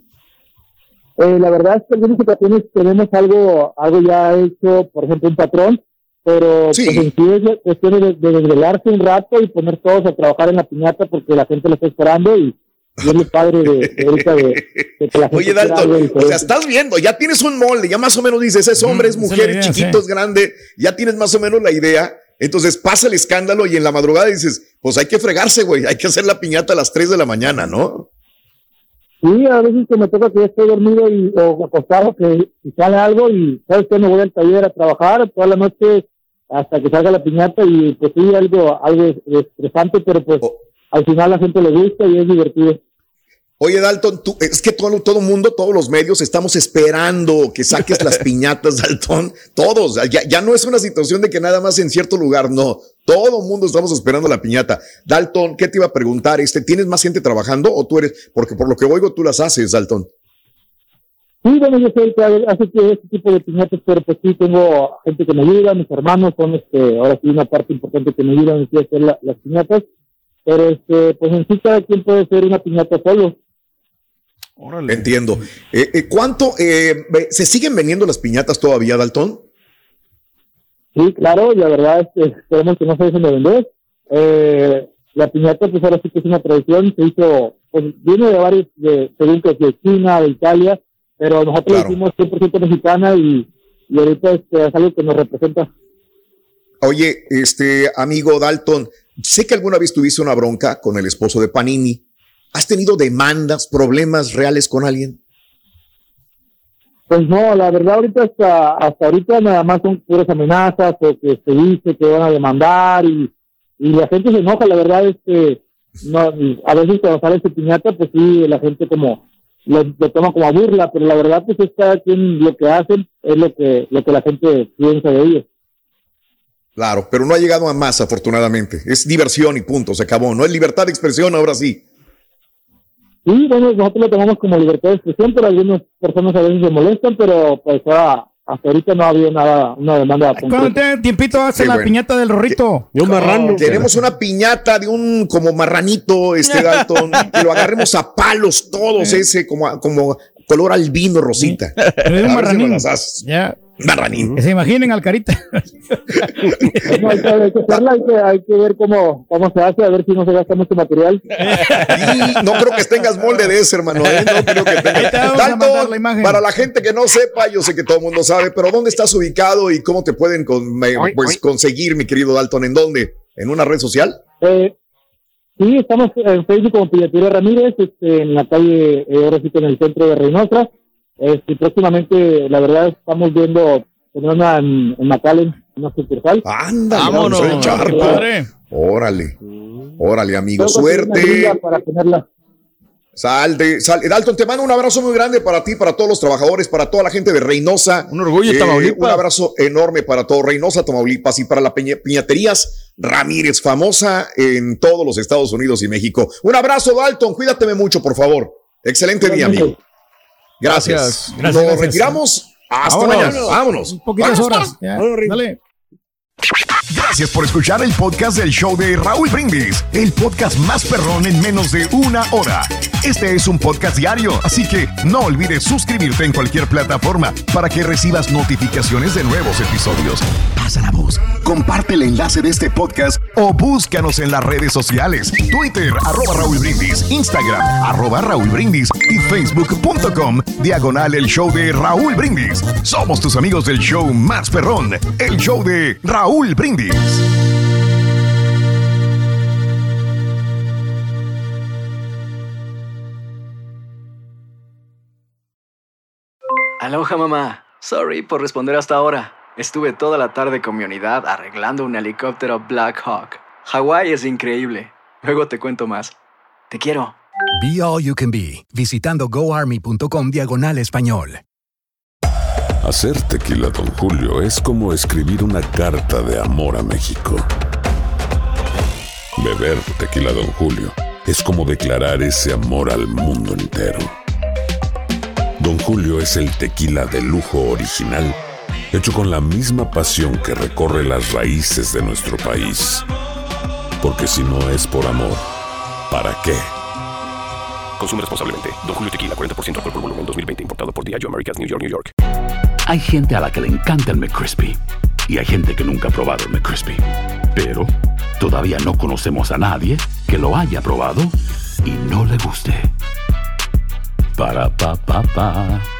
La verdad es que en algunas ocasiones tenemos algo ya hecho, por ejemplo un patrón, pero sí. Pues en sí es cuestión de desvelarse un rato y poner todos a trabajar en la piñata porque la gente lo está esperando y es el padre de ahorita de que la gente. Oye, Dalton, o sea, estás viendo, ya tienes un molde, ya más o menos dices, es hombre, es mujer, es chiquito, es grande, ya tienes más o menos la idea. Entonces pasa el escándalo y en la madrugada dices, pues hay que fregarse, güey, hay que hacer la piñata a las 3 de la mañana, ¿no? Sí, a veces que me toca que ya estoy dormido o acostado, que si sale algo y sabes que me voy al taller a trabajar toda la noche hasta que salga la piñata y pues sí, algo estresante, pero pues al final a la gente le gusta y es divertido. Oye, Dalton, es que todo mundo, todos los medios estamos esperando que saques las piñatas, Dalton. Todos, ya no es una situación de que nada más en cierto lugar, no. Todo mundo estamos esperando la piñata. Dalton, ¿qué te iba a preguntar? ¿Tienes más gente trabajando o tú eres? Porque por lo que oigo tú las haces, Dalton. Sí, bueno, yo soy el que hace este tipo de piñatas, pero pues sí tengo gente que me ayuda, mis hermanos son ahora sí una parte importante que me ayudan a hacer las piñatas, pero pues en sí cada quien puede hacer una piñata solo. Órale. Entiendo. ¿Cuánto se siguen vendiendo las piñatas todavía, Dalton? Sí, claro, la verdad esperemos que no se dejen de vender. La piñata pues ahora sí que es una tradición, se hizo, pues viene de varios, según que de China, de Italia, pero nosotros la hicimos 100% mexicana y ahorita es algo que nos representa. Oye, amigo Dalton, sé que alguna vez tuviste una bronca con el esposo de Panini. ¿Has tenido demandas, problemas reales con alguien? Pues no, la verdad ahorita hasta ahorita nada más son puras amenazas o que se dice que van a demandar y la gente se enoja, la verdad es que no, a veces cuando sale su piñata pues sí, la gente como lo toma como a burla, pero la verdad pues es cada quien lo que hacen es lo que la gente piensa de ellos. Claro, pero no ha llegado a más afortunadamente, es diversión y punto, se acabó, no es libertad de expresión ahora sí. Sí, bueno, nosotros lo tomamos como libertad de expresión, pero algunas personas a veces se molestan, pero pues hasta ahorita no ha habido nada, una demanda. ¿Cuánto tiempito hace la piñata del Rorrito? De un marrano. Tenemos una piñata de un como marranito, Dalton, que lo agarremos a palos todos, como color albino rosita. Es un marranín. Ya. Marranín. Que se imaginen al Carita. No, hay que hacerla, hay que ver cómo se hace, a ver si no se gasta mucho material. Y no creo que tengas molde de ese, hermano. No creo que tengas. Dalton, para la gente que no sepa, yo sé que todo el mundo sabe, pero ¿dónde estás ubicado y cómo te pueden conseguir, mi querido Dalton? ¿En dónde? ¿En una red social? Sí, estamos en Facebook como Piñatería Ramírez, en la calle, ahora sí que en el centro de Reynosa. Próximamente, la verdad, estamos viendo tener una en McAllen, una sucursal. ¡Anda! ¡Vámonos! Órale, amigo, suerte. Para tenerla. Sal. Dalton, te mando un abrazo muy grande para ti, para todos los trabajadores, para toda la gente de Reynosa. Un orgullo, Tamaulipas. Un abrazo enorme para todo Reynosa, Tamaulipas y para la Piñaterías Ramírez, famosa en todos los Estados Unidos y México. Un abrazo, Dalton, cuídateme mucho, por favor. Excelente día, amigo. Gracias. Nos retiramos. Hasta mañana. Vámonos. Un poquitas horas. Ya, dale. Gracias por escuchar el podcast del show de Raúl Brindis, el podcast más perrón en menos de una hora. Este es un podcast diario, así que no olvides suscribirte en cualquier plataforma para que recibas notificaciones de nuevos episodios. Pasa la voz, comparte el enlace de este podcast o búscanos en las redes sociales. Twitter, @Raúl Brindis, Instagram, @Raúl Brindis y Facebook.com/el show de Raúl Brindis. Somos tus amigos del show más perrón, el show de Raúl Brindis. Aloha, mamá. Sorry por responder hasta ahora. Estuve toda la tarde con mi unidad arreglando un helicóptero Black Hawk. Hawái es increíble. Luego te cuento más. Te quiero. Be All You Can Be, visitando goarmy.com/español. Hacer tequila Don Julio es como escribir una carta de amor a México. Beber tequila Don Julio es como declarar ese amor al mundo entero. Don Julio es el tequila de lujo original, hecho con la misma pasión que recorre las raíces de nuestro país. Porque si no es por amor, ¿para qué? Consume responsablemente. Don Julio Tequila, 40% alcohol por volumen, 2020. Importado por Diageo Americas, New York, New York. Hay gente a la que le encanta el McCrispy y hay gente que nunca ha probado el McCrispy. Pero todavía no conocemos a nadie que lo haya probado y no le guste. Para pa pa pa.